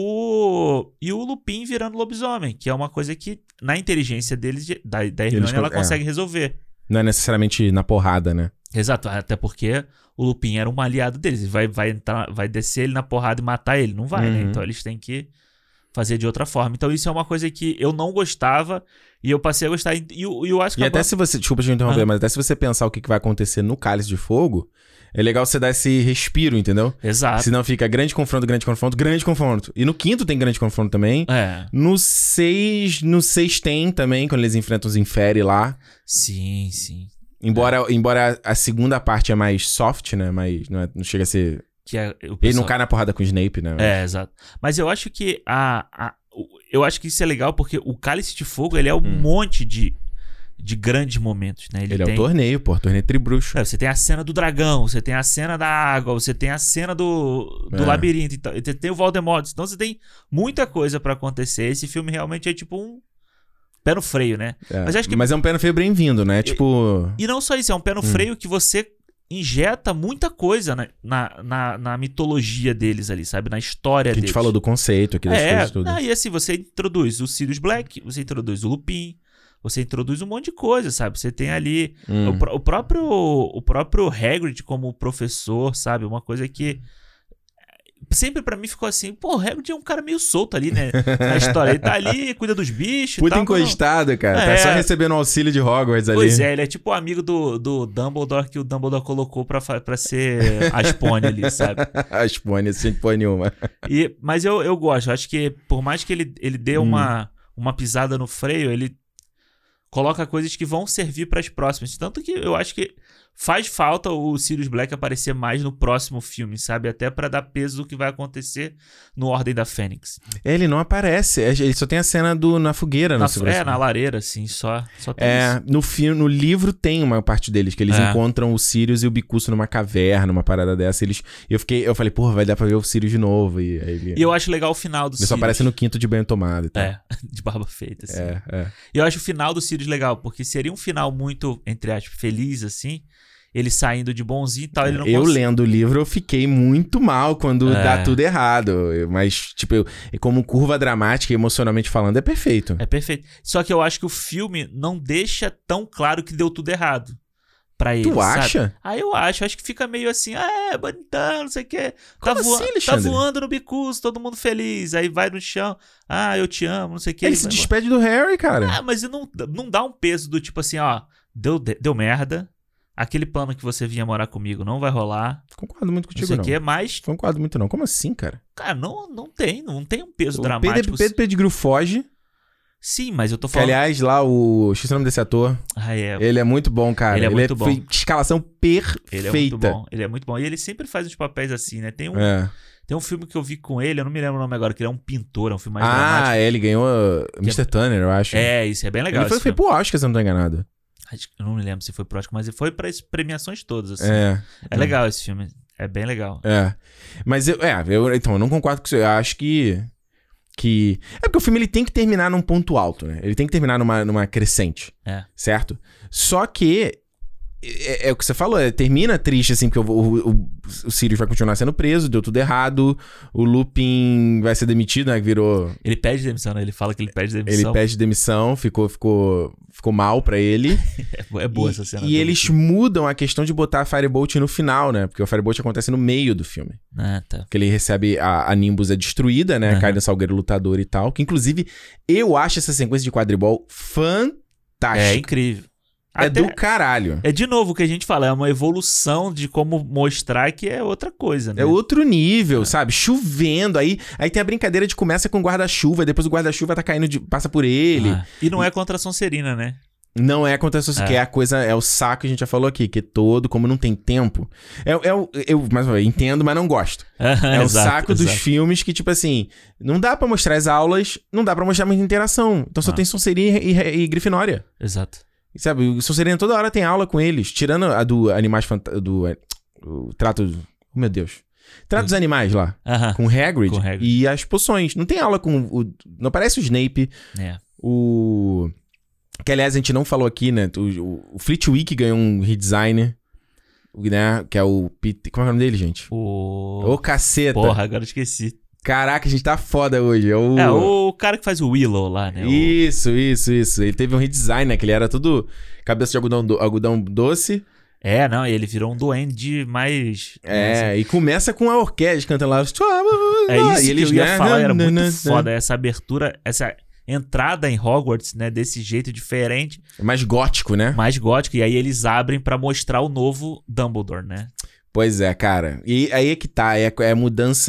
o e o Lupin virando lobisomem, que é uma coisa que, na inteligência deles, da, da Hermione, eles, ela consegue é. resolver. Não é necessariamente na porrada, né? Exato, até porque o Lupin era um aliado deles. Vai, vai, entrar, vai descer ele na porrada e matar ele. Não vai, uhum. né? Então eles têm que fazer de outra forma. Então isso é uma coisa que eu não gostava e eu passei a gostar. E eu, eu acho que e agora... até se você... Desculpa te interromper, ah. mas até se você pensar o que vai acontecer no Cálice de Fogo, é legal você dar esse respiro, entendeu? Exato. Senão fica grande confronto, grande confronto, grande confronto. E no quinto tem grande confronto também. É. No seis... No seis tem também, quando eles enfrentam os Inferi lá. Sim, sim. Embora, é. embora a segunda parte é mais soft, né? Mas não, é, não chega a ser... Que é, pessoal... Ele não cai na porrada com o Snape, né? É, exato. Mas eu acho que a, a, eu acho que isso é legal porque o Cálice de Fogo, ele é um hum. monte de, de grandes momentos, né? Ele, ele tem... é o torneio, pô. Torneio tribruxo. É, você tem a cena do dragão, você tem a cena da água, você tem a cena do, do é. labirinto, então, você tem o Voldemort. Então você tem muita coisa pra acontecer. Esse filme realmente é tipo um pé no freio, né? É. Mas, acho que... Mas é um pé no freio bem-vindo, né? E, tipo... E não só isso, é um pé no hum. freio que você... injeta muita coisa na, na, na, na mitologia deles ali, sabe? Na história deles. A gente deles. falou do conceito aqui das é, coisas tudo. Ah, e assim, você introduz o Sirius Black, você introduz o Lupin, você introduz um monte de coisa, sabe? Você tem ali hum. o, o, próprio, o próprio Hagrid como professor, sabe? Uma coisa que sempre pra mim ficou assim, pô, o Hagrid é um cara meio solto ali, né? Na história. Ele tá ali, cuida dos bichos Puta e tal. encostado, não... cara. É, tá só recebendo auxílio de Hogwarts ali. Pois é, ele é tipo o amigo do, do Dumbledore que o Dumbledore colocou pra, pra ser a Spone ali, sabe? A Spone, sem porra nenhuma. E, mas eu, eu gosto. Eu acho que por mais que ele, ele dê hum. uma, uma pisada no freio, ele coloca coisas que vão servir pras próximas. Tanto que eu acho que faz falta o Sirius Black aparecer mais no próximo filme, sabe? Até pra dar peso do que vai acontecer no Ordem da Fênix. Ele não aparece, ele só tem a cena do, na fogueira. Na, no é, na lareira, assim, só, só tem é, isso. No, filme, no livro tem uma parte deles, que eles é. encontram o Sirius e o Bicuço numa caverna, uma parada dessa. Eles, eu, fiquei, eu falei, porra, vai dar pra ver o Sirius de novo. E, aí ele, e eu acho legal o final do ele Sirius. Ele só aparece no quinto de banho tomado e tal. É, de barba feita, assim. É, é. E eu acho o final do Sirius legal, porque seria um final muito, entre aspas, feliz, assim... Ele saindo de bonzinho e tal, ele não Eu cons... lendo o livro, eu fiquei muito mal quando é. dá tudo errado. Mas, tipo, eu, como curva dramática e emocionalmente falando, é perfeito. É perfeito. Só que eu acho que o filme não deixa tão claro que deu tudo errado pra ele, Tu acha? Sabe? Ah, eu acho. Acho que fica meio assim, ah, é, bonitão, não sei o quê. Tá, Como voa... assim, Alexandre? Tá voando no bicuço, todo mundo feliz. Aí vai no chão, ah, eu te amo, não sei o quê. Ele, ele se despede do Harry, cara. Ah, mas não, não dá um peso do tipo assim, ó, deu, deu merda. Aquele plano que você vinha morar comigo não vai rolar. Concordo muito contigo, não. não. Sei o que, mas... Concordo muito não. Como assim, cara? Cara, não, não tem. Não tem um peso o dramático. Pedro, Pedro Pettigrew foge. Sim, mas eu tô falando... Que, aliás, lá o... Esqueci o nome desse ator. Ah, é. Ele é muito bom, cara. Ele é ele muito é... bom. Foi escalação perfeita. Ele é muito bom. Ele é muito bom. E ele sempre faz uns papéis assim, né? Tem um... É. Tem um filme que eu vi com ele, eu não me lembro o nome agora, que ele é um pintor, é um filme mais ah, dramático. Ah, ele ganhou mister É... Turner, eu acho. É, isso é bem legal. Ele foi, foi pro Oscar, se eu não tô enganado. Eu não me lembro se foi pro Oscar, mas ele foi para as premiações todas, assim. É. É legal esse filme. É bem legal. É. Mas eu, é, eu, então, eu não concordo com isso. Eu acho que. que... É porque o filme ele tem que terminar num ponto alto, né? Ele tem que terminar numa, numa crescente. É. Certo? Só que. É, é o que você falou, é, termina triste, assim, porque o, o, o, o Sirius vai continuar sendo preso, deu tudo errado, o Lupin vai ser demitido, né, que virou... Ele pede demissão, né? Ele fala que ele pede demissão. Ele pede demissão, ficou, ficou, ficou mal pra ele. É boa e, essa cena. E eles filme. mudam a questão de botar a Firebolt no final, né, porque o Firebolt acontece no meio do filme. Ah, tá. Porque ele recebe, a, a Nimbus é destruída, né, uhum. cai no Salgueiro Lutador e tal, que inclusive eu acho essa sequência de quadribol fantástica. É incrível. É Até, do caralho. É de novo o que a gente fala, é uma evolução de como mostrar que é outra coisa, né? É outro nível, é. sabe? Chovendo, aí, aí tem a brincadeira de começa com guarda-chuva, depois o guarda-chuva tá caindo, de, passa por ele. Ah. E não é contra a Sonserina, né? Não é contra a sociedade, É. que é a coisa, é o saco que a gente já falou aqui, que todo, como não tem tempo. É, é o- eu, mas eu entendo, mas não gosto. É o Exato, saco dos exato. filmes que, tipo assim, não dá pra mostrar as aulas, não dá pra mostrar muita interação. Então só Ah. tem Sonserina e, e, e Grifinória. Exato. Sabe, o Sonserina toda hora tem aula com eles, tirando a do Animais Fantásticos, do é, o trato, oh, meu Deus. Trato dos animais lá, Aham. com o Hagrid, Com o Hagrid. e as poções. Não tem aula com o, não aparece o Snape, É. o... Que, aliás, a gente não falou aqui, né? O, o Flitwick ganhou um redesign, né? Que é o Peter... Como é o nome dele, gente? O... Ô, caceta. Porra, agora eu esqueci. Caraca, a gente tá foda hoje. É o... É, o cara que faz o Willow lá, né? O- Isso, isso, isso. Ele teve um redesign, né? Que ele era tudo cabeça de algodão, do... algodão doce. É, não, ele virou um duende mais... É, e começa com a orquestra cantando lá. É isso e eles, que eu ia né, falar, era né, muito né, foda. Essa abertura, essa entrada em Hogwarts, né? Desse jeito diferente, É mais gótico, né? mais gótico. E aí eles abrem pra mostrar o novo Dumbledore, né? Pois é, cara. E aí é que tá, é, é mudança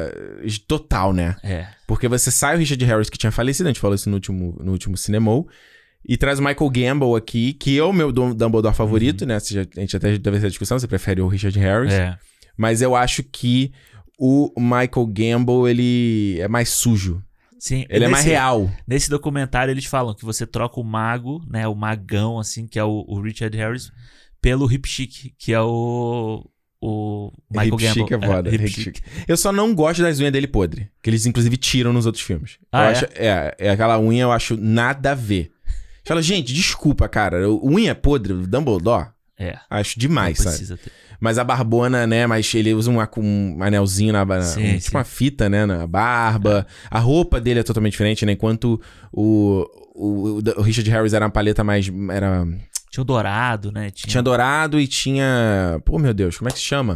total, né? É. Porque você sai o Richard Harris, que tinha falecido, a gente falou isso no último, no último Cinemol, e traz o Michael Gambon aqui, que é o meu Dum- Dumbledore favorito, Uhum. né? Você já- a gente até teve essa discussão, você prefere o Richard Harris. É. Mas eu acho que o Michael Gambon, ele é mais sujo. Sim, Ele é mais nesse- real. Nesse documentário eles falam que você troca o mago, né? O magão, assim, que é o, o Richard Harris, pelo Hip Chic, que é o... O Michael Hip Chic Gambon. é foda, Hip Hip Chic. Eu só não gosto das unhas dele podre. Que eles, inclusive, tiram nos outros filmes. Ah, eu é? acho, é, é aquela unha, eu acho nada a ver. Fala, gente, desculpa, cara. o- Unha podre, o Dumbledore, É. acho demais, Não sabe? precisa ter. Mas a barbona, né? Mas ele usa um, um anelzinho na barba. Sim, um, sim. tipo uma fita, né? Na barba. A roupa dele é totalmente diferente, né? Enquanto o, o, o Richard Harris era uma paleta mais... Era, Tinha o dourado, né? Tinha, tinha dourado e tinha... Pô, meu Deus, como é que se chama?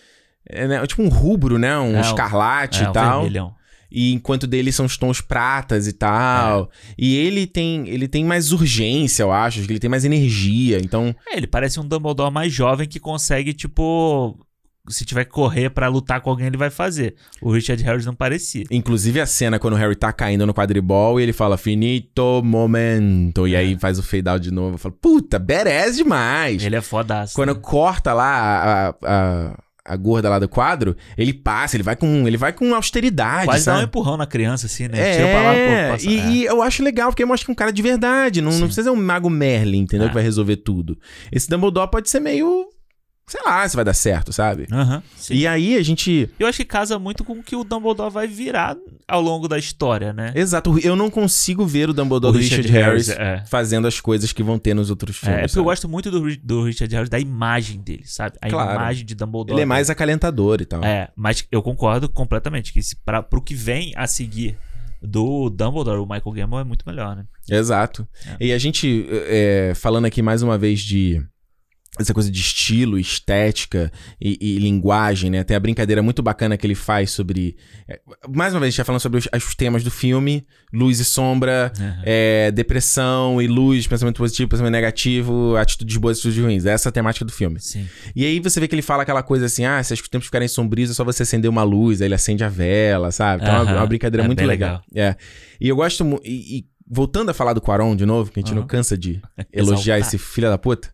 É, né, tipo um rubro, né? Um É, um- escarlate é, e um tal. vermelhão. E enquanto dele são os tons pratas e tal. E ele tem, ele tem mais urgência, eu acho. Ele tem mais energia. Então, É, ele parece um Dumbledore mais jovem que consegue, tipo... Se tiver que correr pra lutar com alguém, ele vai fazer. O Richard Harris não parecia. inclusive a cena quando o Harry tá caindo no quadribol e ele fala finito momento. E É. aí faz o fade out de novo. Eu falo, puta, badass demais. Ele é fodaço. Quando né? corta lá a, a, a, a gorda lá do quadro, ele passa, ele vai com, ele vai com austeridade, Quase dá um sabe? empurrão na criança, assim, né? É, Tira pra lá, pô, passa. e, é. e eu acho legal, porque mostra que é um cara de verdade. Não, não Sim. precisa ser um mago Merlin, entendeu? É. Que vai resolver tudo. Esse Dumbledore pode ser meio... Sei lá se vai dar certo, sabe? Aham, sim. E aí a gente... Eu acho que casa muito com o que o Dumbledore vai virar ao longo da história, né? Exato, eu não consigo ver o Dumbledore O do Richard, Richard Harris, Harris, é. fazendo as coisas que vão ter nos outros filmes. É, é porque sabe? eu gosto muito do, Ri- do Richard Harris, da imagem dele, sabe? A Claro. imagem de Dumbledore. Ele é mais acalentador e tal. É, mas eu concordo completamente que se pra, pro que vem a seguir do Dumbledore, o Michael Gambon é muito melhor, né? Exato. É. E a gente, é, falando aqui mais uma vez de... essa coisa de estilo, estética e, e linguagem, né? Tem a brincadeira muito bacana que ele faz sobre... é, mais uma vez, a gente tá falando sobre os, os temas do filme. Luz e sombra, Uhum. é, depressão e luz, pensamento positivo, pensamento negativo, atitudes boas e atitudes ruins. Essa é a temática do filme. Sim. E aí você vê que ele fala aquela coisa assim, ah, se os tempos ficarem sombrios é só você acender uma luz, aí ele acende a vela, sabe? Então é uma, Aham. uma brincadeira É muito bem legal. É. E eu gosto... mu- E, e voltando a falar do Quaron de novo, que a gente não Aham. cansa de elogiar Exaltar. esse filho da puta.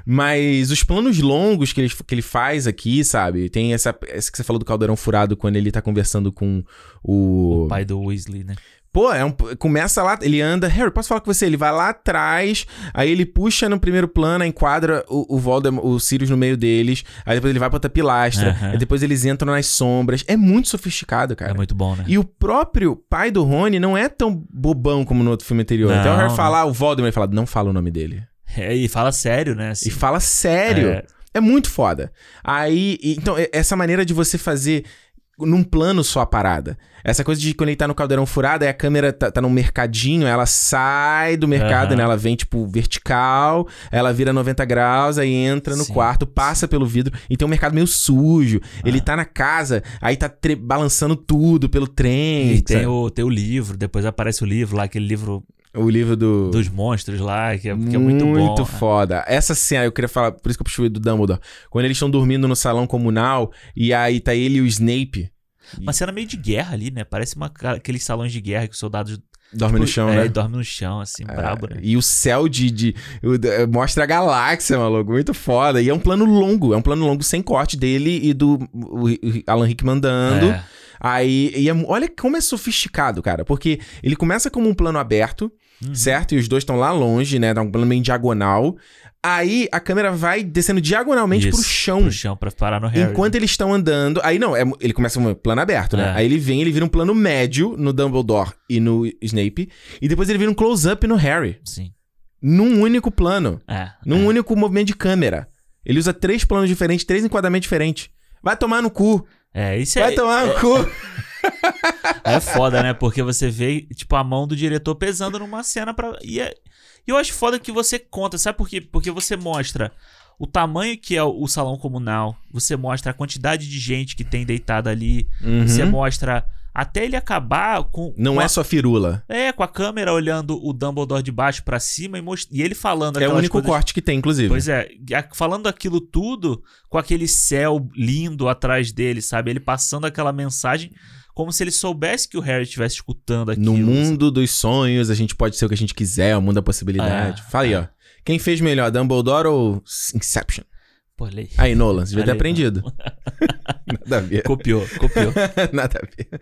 Mas os planos longos que ele, que ele faz aqui, sabe? Tem essa, essa que você falou do caldeirão furado quando ele tá conversando com o... O pai do Weasley, né? Pô, é um, começa lá, ele anda... Harry, posso falar com você? Ele vai lá atrás, aí ele puxa no primeiro plano, enquadra o, o Voldemort, o Sirius no meio deles, aí depois ele vai pra outra pilastra, Aham. aí depois eles entram nas sombras. É muito sofisticado, cara. É muito bom, né? E o próprio pai do Rony não é tão bobão como no outro filme anterior. Não, então o Harry não. fala, o Voldemort, ele fala, não fala o nome dele. É, e fala sério, né? Assim, E fala sério. É. É. muito foda. Aí, e- então, e- essa maneira de você fazer num plano só a parada. Essa coisa de quando ele tá no caldeirão furado, aí a câmera tá, tá num mercadinho, ela sai do mercado, Aham. né? Ela vem, tipo, vertical, ela vira noventa graus, aí entra no Sim, quarto, passa pelo vidro, e tem um mercado meio sujo. Ah. Ele tá na casa, aí tá tre- balançando tudo pelo trem. E tem sabe? o, tem o livro, depois aparece o livro lá, aquele livro o livro do... dos monstros lá, que é, que é muito bom. Muito né? foda. Essa cena, eu queria falar, por isso que eu puxei do Dumbledore. Quando eles estão dormindo no salão comunal, e aí tá ele e o Snape. Uma cena meio de guerra ali, né? Parece uma, aqueles salões de guerra que os soldados Dorme tipo, no chão, é, né? ele dorme no chão, assim, é, brabo, né? E o céu de... de o, mostra a galáxia, maluco. Muito foda. E é um plano longo. É um plano longo sem corte dele e do o, o Alan Rickman andando. É. Aí, e é, olha como é sofisticado, cara. Porque ele começa como um plano aberto, uhum. certo? E os dois estão lá longe, né? Dá um plano meio diagonal. Aí a câmera vai descendo diagonalmente Isso, pro chão. Pro chão, pra parar no Harry. Enquanto eles estão andando... Aí não, é, ele começa um plano aberto, né? É. Aí ele vem, ele vira um plano médio no Dumbledore e no Snape. E depois ele vira um close-up no Harry. Sim. Num único plano. É. Num é. único movimento de câmera. Ele usa três planos diferentes, três enquadramentos diferentes. Vai tomar no cu. É, isso Vai é... tomar no é, cu. É foda, né? Porque você vê, tipo, a mão do diretor pesando numa cena pra... E é... eu acho foda que você conta, sabe por quê? Porque você mostra o tamanho que é o salão comunal, você mostra a quantidade de gente que tem deitada ali, uhum. você mostra até ele acabar com... Não com é a, só firula. É, com a câmera olhando o Dumbledore de baixo pra cima e, most, e ele falando aquelas É o único coisas, corte que tem, inclusive. Pois é, falando aquilo tudo com aquele céu lindo atrás dele, sabe? Ele passando aquela mensagem... como se ele soubesse que o Harry estivesse escutando aquilo. No mundo assim. dos sonhos, a gente pode ser o que a gente quiser, o mundo da possibilidade. É, Fala aí, é. ó. Quem fez melhor, Dumbledore ou Inception? Pô, lei. Aí, Nolan, você devia ter aprendido. Nada a ver. Copiou, copiou. Nada a ver.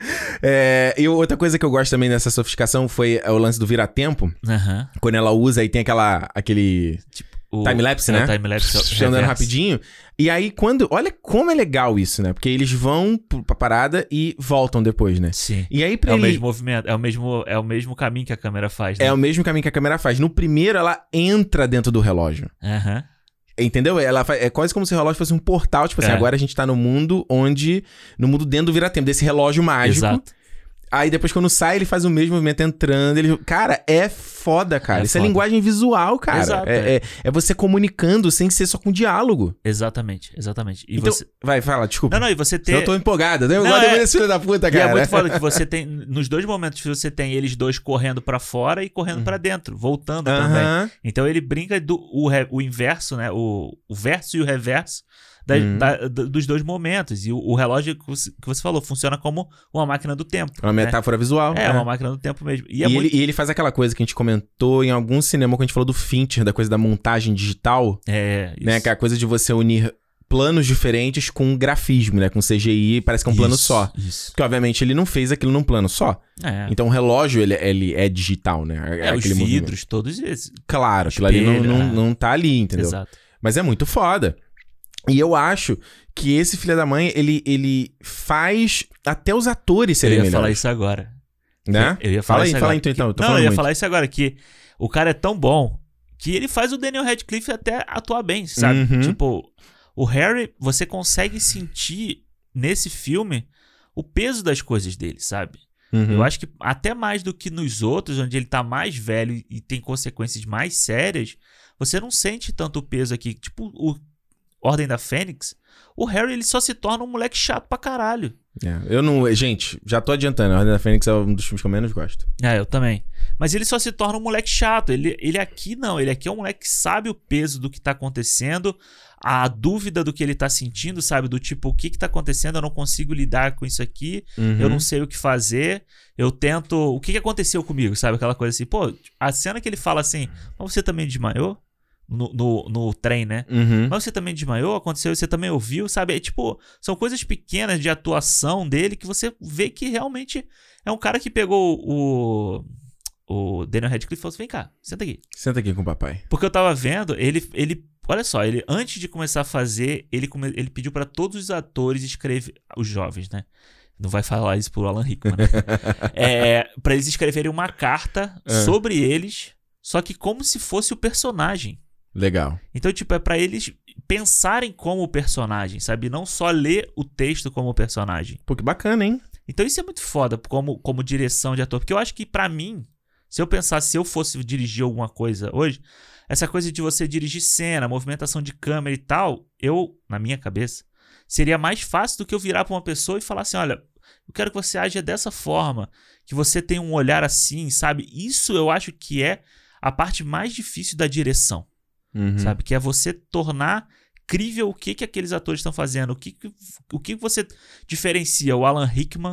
É, e outra coisa que eu gosto também dessa sofisticação foi o lance do vira-tempo. Uhum. Quando ela usa e tem aquela, aquele... Tipo, time-lapse, né? É, time-lapse. Andando rapidinho. E aí, quando... Olha como é legal isso, né? Porque eles vão pra parada e voltam depois, né? Sim. E aí, pra é ele... o mesmo movimento. É o mesmo, é o mesmo caminho que a câmera faz, né? É o mesmo caminho que a câmera faz. No primeiro, ela entra dentro do relógio. Aham. Uhum. Entendeu? Ela faz, é quase como se o relógio fosse um portal. Tipo assim, é. agora a gente tá no mundo onde... No mundo dentro do vira-tempo, desse relógio mágico. Exato. Aí depois quando sai, ele faz o mesmo movimento entrando. Ele... Cara, é foda, cara. É Isso foda. É linguagem visual, cara. Exato, é, é, é você comunicando sem ser só com diálogo. Exatamente, exatamente. E então, você... Vai, fala, desculpa. Não, não, e você tem... Eu tô empolgado. Eu gosto é... desse filho da puta, cara. E é muito foda que você tem... Nos dois momentos você tem eles dois correndo pra fora e correndo uhum. pra dentro. Voltando uhum. também. Então ele brinca do o, re... o inverso, né? O... o verso e o reverso. Da, hum. da, dos dois momentos. E o, o relógio que você, que você falou funciona como uma máquina do tempo. Uma né? metáfora visual. É, é, uma máquina do tempo mesmo. E, é e, muito... ele, e ele faz aquela coisa que a gente comentou em algum cinema, quando a gente falou do Fincher, da coisa da montagem digital. É, isso. Né? Que é a coisa de você unir planos diferentes com grafismo, né? Com C G I, parece que é um isso, plano só. Isso. Porque, obviamente, ele não fez aquilo num plano só. É. Então, o relógio, ele, ele é digital, né? É, é os vidros, movimento. Todos esses. Claro, aquilo ali não, não, não tá ali, entendeu? Exato. Mas é muito foda. E eu acho que esse filho da mãe, ele, ele faz até os atores serem melhores. Eu ia falar isso agora. Né? Eu ia falar fala isso aí, agora. Fala aí, então, que... então. Eu tô não, eu ia muito. falar isso agora, que o cara é tão bom que ele faz o Daniel Radcliffe até atuar bem, sabe? Uhum. Tipo, o Harry, você consegue sentir nesse filme o peso das coisas dele, sabe? Uhum. Eu acho que até mais do que nos outros, onde ele tá mais velho e tem consequências mais sérias, você não sente tanto o peso aqui. Tipo, o Ordem da Fênix, o Harry ele só se torna um moleque chato pra caralho. É, eu não... Gente, já tô adiantando. A Ordem da Fênix é um dos filmes que eu menos gosto. É, eu também. Mas ele só se torna um moleque chato. Ele, ele aqui não. Ele aqui é um moleque que sabe o peso do que tá acontecendo, a dúvida do que ele tá sentindo, sabe? Do tipo, o que que tá acontecendo? Eu não consigo lidar com isso aqui. Uhum. Eu não sei o que fazer. Eu tento... O que que aconteceu comigo, sabe? Aquela coisa assim. Pô, a cena que ele fala assim, mas você também desmaiou? No, no, no trem, né? Uhum. Mas você também desmaiou? Aconteceu? Você também ouviu? Sabe? É, tipo, são coisas pequenas de atuação dele que você vê que realmente é um cara que pegou o, o Daniel Radcliffe e falou assim, vem cá, senta aqui. Senta aqui com o papai. Porque eu tava vendo, ele... ele olha só, ele antes de começar a fazer, ele, come, ele pediu pra todos os atores escrever... Os jovens, né? Não vai falar isso pro Alan Rickman, né? é, pra eles escreverem uma carta é. sobre eles, só que como se fosse o personagem. Legal. Então, tipo, é pra eles pensarem como o personagem, sabe? Não só ler o texto como o personagem. Pô, que bacana, hein? Então isso é muito foda como, como direção de ator. Porque eu acho que pra mim, se eu pensasse, se eu fosse dirigir alguma coisa hoje, essa coisa de você dirigir cena, movimentação de câmera e tal, eu, na minha cabeça, seria mais fácil do que eu virar pra uma pessoa e falar assim, olha, eu quero que você aja dessa forma, que você tenha um olhar assim, sabe? Isso eu acho que é a parte mais difícil da direção. Uhum. Sabe? Que é você tornar crível o que, que aqueles atores estão fazendo. O que, que, o que você diferencia o Alan Rickman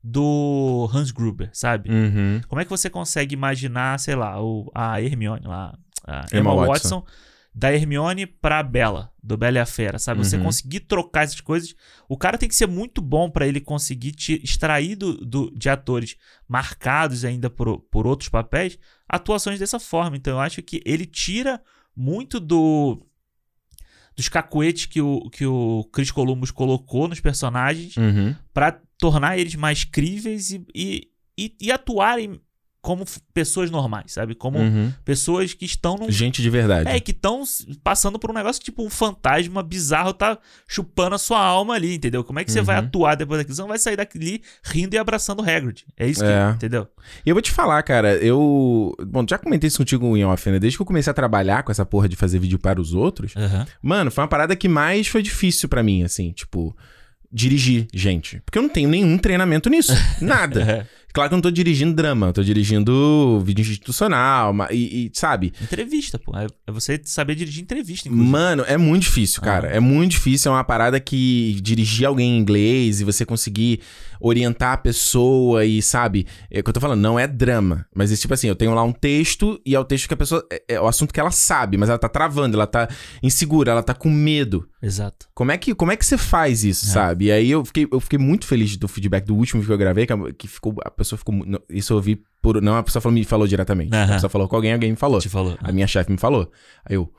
do Hans Gruber, sabe? Uhum. Como é que você consegue imaginar, sei lá, o, a Hermione, lá, a Emma Emma Watson. Watson, da Hermione pra Bella, do Bela e a Fera, sabe? Você Uhum. conseguir trocar essas coisas. O cara tem que ser muito bom pra ele conseguir te extrair do, do, de atores marcados ainda por, por outros papéis, atuações dessa forma. Então eu acho que ele tira muito do dos cacuetes que o, que o Chris Columbus colocou nos personagens Uhum. pra tornar eles mais críveis e, e, e, e atuarem como f- pessoas normais, sabe? Como Uhum. pessoas que estão num... Gente de verdade. É, que estão passando por um negócio tipo um fantasma bizarro tá chupando a sua alma ali, entendeu? Como é que você Uhum. vai atuar depois daquilo? Você não vai sair dali rindo e abraçando o Hagrid. É isso que... É. Entendeu? E eu vou te falar, cara, eu... Bom, já comentei isso contigo em off, né? Desde que eu comecei a trabalhar com essa porra de fazer vídeo para os outros, Aham. mano, foi uma parada que mais foi difícil pra mim, assim, tipo... Dirigir gente. Porque eu não tenho nenhum treinamento nisso. Nada. É. Claro que eu não tô dirigindo drama, eu tô dirigindo vídeo institucional ma- e, e, sabe? Entrevista, pô. É é você saber dirigir entrevista, inclusive. Mano, é muito difícil, cara. Ah. É muito difícil. É uma parada que dirigir alguém em inglês e você conseguir orientar a pessoa e, sabe? É o que eu tô falando, não é drama. Mas é tipo assim, eu tenho lá um texto e é o texto que a pessoa... É, é o assunto que ela sabe, mas ela tá travando, ela tá insegura, ela tá com medo. Exato. Como é que, como é que você faz isso, É. sabe? E aí eu fiquei, eu fiquei muito feliz do feedback do último que eu gravei, que, a- que ficou, a pessoa ficou... mu- não, Isso eu ouvi por... Não, a pessoa falou, me falou diretamente. Aham. A pessoa falou com alguém, alguém me falou. Te falou. A minha chefe me falou. Aí eu...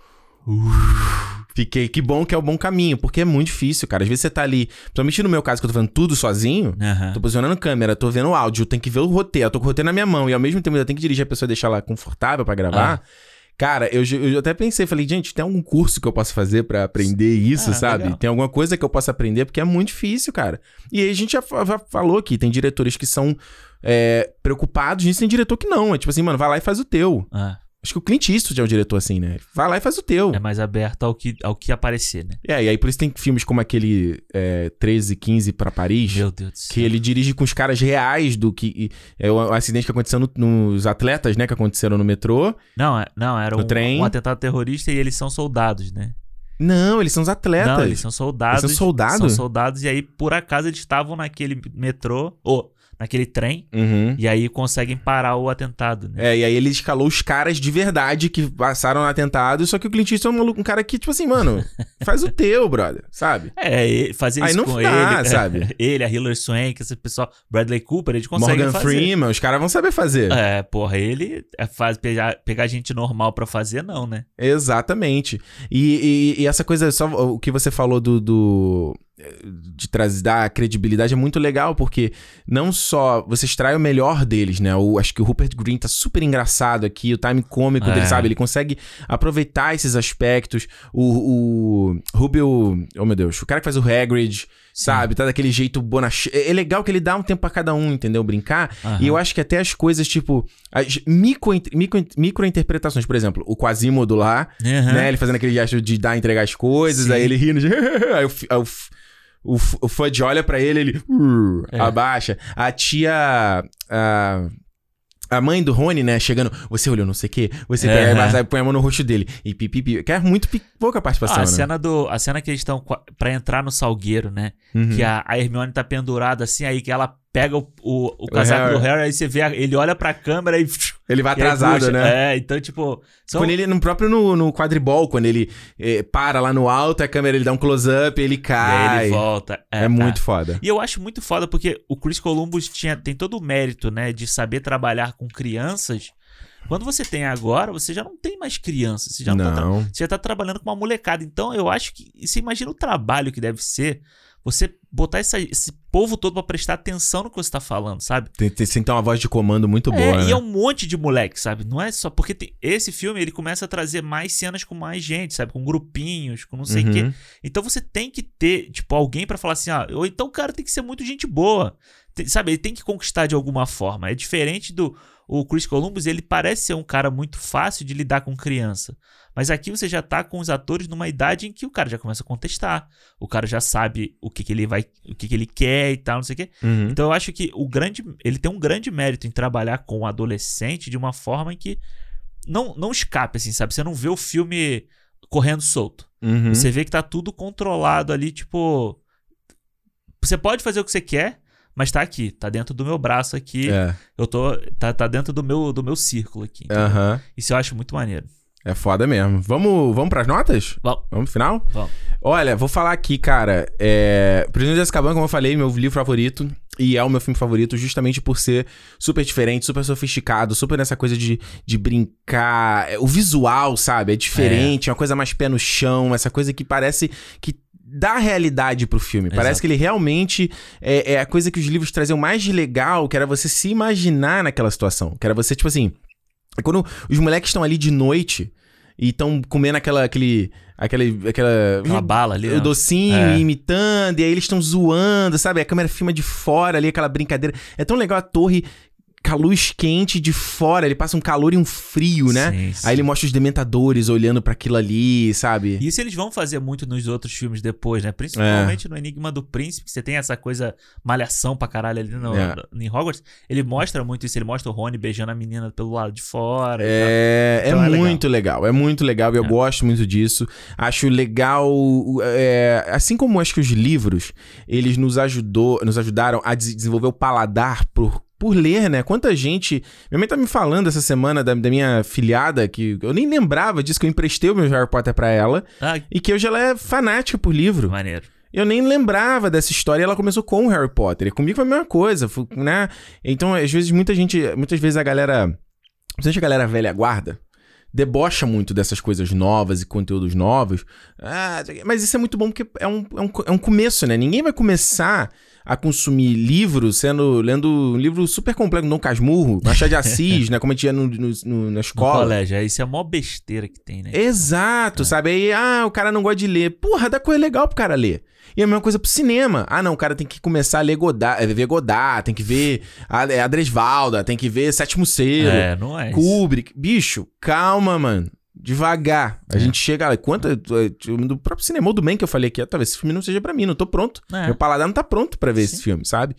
Fiquei, que bom que é o bom caminho, porque é muito difícil, cara. Às vezes você tá ali, principalmente no meu caso, que eu tô fazendo tudo sozinho, Aham. tô posicionando câmera, tô vendo áudio, tenho que ver o roteiro, eu tô com o roteiro na minha mão, e ao mesmo tempo eu tenho que dirigir a pessoa e deixar ela confortável pra gravar. Ah. Cara, eu, eu até pensei, falei, gente, tem algum curso que eu possa fazer pra aprender isso, Ah, sabe? legal. Tem alguma coisa que eu possa aprender, porque é muito difícil, cara. E aí a gente já, fa- já falou aqui, tem diretores que são é, preocupados nisso, tem diretor que não. É tipo assim, mano, vai lá e faz o teu. Ah, Acho que o Clint Eastwood é um diretor assim, né? Vai lá e faz o teu. é mais aberto ao que, ao que aparecer, né? É, e aí por isso tem filmes como aquele é, treze, quinze pra Paris, Meu Deus do céu. que ele dirige com os caras reais do que... e- é o, o acidente que aconteceu no- nos atletas, né? Que aconteceram no metrô. Não, é- não era No um, trem. um atentado terrorista e eles são soldados, né? Não, eles são os atletas. Não, eles são soldados. Eles são soldados? São soldados e aí, por acaso, eles estavam naquele metrô, ou naquele trem, Uhum. e aí conseguem parar o atentado, né? É, e aí ele escalou os caras de verdade que passaram no atentado, só que o Clint Eastwood é um, maluco- um cara que, tipo assim, mano, faz o teu, brother, sabe? É, e- fazer Aí isso não com dá, ele, sabe? ele, a Hilary Swank, esse pessoal, Bradley Cooper, eles conseguem Morgan fazer. Freeman, os caras vão saber fazer. É, porra, ele é faz, pegar, pegar gente normal pra fazer, não, né? Exatamente. E, e- e essa coisa, só o que você falou do... do de trazer dar credibilidade é muito legal, porque não só você extrai o melhor deles, né? O, acho que o Rupert Grint tá super engraçado aqui, o time cômico É. dele, sabe? Ele consegue aproveitar esses aspectos. O, o Rubio... Oh, meu Deus. O cara que faz o Hagrid, sabe? Tá daquele jeito bonachão. É é legal que ele dá um tempo pra cada um, entendeu? Brincar. Aham. E eu acho que até as coisas, tipo... As micro, micro, micro-interpretações, por exemplo, o Quasimodo lá, Aham. né? Ele fazendo aquele gesto de dar, entregar as coisas, Sim. aí ele rindo de... aí o, fi- aí o, f- o, f- o Fudge olha pra ele, ele uh, É. abaixa. A tia... A, a mãe do Rony, né, chegando... Você olhou não sei o quê, você É. pega, vai, põe a mão no rosto dele. E pipipi. Que é muito pi- pouca participação, Ah, a né? cena do a cena que eles estão qua- pra entrar no salgueiro, né? Uhum. Que a, a Hermione tá pendurada assim, aí que ela pega o, o, o casaco Harry. do Harry, aí você vê, a- ele olha pra câmera e... Ele vai e aí atrasado, puxa. né? É, então, tipo... São... Quando ele, no próprio no, no quadribol, quando ele eh, para lá no alto, a câmera ele dá um close-up, ele E cai. aí ele volta. É, muito foda. E eu acho muito foda porque o Chris Columbus tinha, tem todo o mérito, né, de saber trabalhar com crianças. Quando você tem agora, você já não tem mais crianças. Você já, não. Tá, tra- Não. você já tá trabalhando com uma molecada. Então eu acho que... Você imagina o trabalho que deve ser você botar essa, esse povo todo pra prestar atenção no que você tá falando, sabe? Tem, tem, tem que ter uma voz de comando muito É, boa, e né? é um monte de moleque, sabe? Não é só... Porque tem- esse filme, ele começa a trazer mais cenas com mais gente, sabe? Com grupinhos, com não sei o Uhum. quê. Então você tem que ter, tipo, alguém pra falar assim, ah, ou então o cara tem que ser muito gente boa. Tem- sabe? Ele tem que conquistar de alguma forma. É diferente do... O Chris Columbus, ele parece ser um cara muito fácil de lidar com criança. Mas aqui você já tá com os atores numa idade em que o cara já começa a contestar. O cara já sabe o que, que ele vai... O que, que ele quer e tal, não sei o quê. Uhum. Então eu acho que o grande, ele tem um grande mérito em trabalhar com o adolescente de uma forma em que não, não escape, assim, sabe? Você não vê o filme correndo solto. Uhum. Você vê que tá tudo controlado ali, tipo... Você pode fazer o que você quer, mas tá aqui, tá dentro do meu braço aqui. É. Eu tô. Tá, tá dentro do meu, do meu círculo aqui. Aham. Isso eu acho muito maneiro. É foda mesmo. Vamos, vamos pras notas? Vamos. Vamos pro final? Vamos. Olha, vou falar aqui, cara. É... Prisioneiro de Azkaban, como eu falei, meu livro favorito. E é o meu filme favorito justamente por ser super diferente, super sofisticado, super nessa coisa de, de brincar. O visual, sabe? É diferente, é. é uma coisa mais pé no chão, essa coisa que parece que dá realidade pro filme. Exato. Parece que ele realmente é, é a coisa que os livros traziam mais de legal, que era você se imaginar naquela situação. Que era você, tipo assim... Quando os moleques estão ali de noite e estão comendo aquela, aquele, aquele, aquela... Aquela bala ali, o né? docinho, É. imitando, e aí eles estão zoando, sabe? A câmera filma de fora ali, aquela brincadeira. É tão legal a torre... com a luz quente de fora, ele passa um calor e um frio, né? Sim, sim. Aí ele mostra os dementadores olhando pra aquilo ali, sabe? Isso eles vão fazer muito nos outros filmes depois, né? Principalmente é. no Enigma do Príncipe, que você tem essa coisa malhação pra caralho ali no, é. no, em Hogwarts. Ele mostra muito isso, ele mostra o Rony beijando a menina pelo lado de fora. É, então, é, é muito legal. legal, é muito legal e eu é. gosto muito disso. Acho legal, é, assim como acho que os livros, eles nos, ajudou, nos ajudaram a desenvolver o paladar por Por ler, né? Quanta gente... Minha mãe tá me falando essa semana da, da minha filhada, que eu nem lembrava disso, que eu emprestei o meu Harry Potter pra ela. Ah, e que hoje ela é fanática por livro. Maneiro. Eu nem lembrava dessa história e ela começou com o Harry Potter. E comigo foi a mesma coisa, né? Então, às vezes, muita gente... Muitas vezes a galera... Principalmente a galera velha guarda, debocha muito dessas coisas novas e conteúdos novos. Ah, mas isso é muito bom porque é um, é um, é um começo, né? Ninguém vai começar a consumir livros sendo, lendo um livro super complexo, Dom Casmurro, Machado de Assis, né? Como a gente ia no, no, no, na escola. No colégio, isso é a maior besteira que tem, né? Exato, é. sabe? Aí, ah, o cara não gosta de ler. Porra, dá coisa legal pro cara ler. E é a mesma coisa pro cinema. Ah, não, o cara tem que começar a ler Godard, ver Godard, tem que ver Adresvalda, tem que ver Sétimo Selo. É, não é Kubrick. Bicho, calma, mano. Devagar. A é. gente chega lá. Quanto, do próprio cinema, ou do bem que eu falei aqui, talvez esse filme não seja pra mim, não tô pronto. É. Meu paladar não tá pronto pra ver Sim. esse filme, sabe?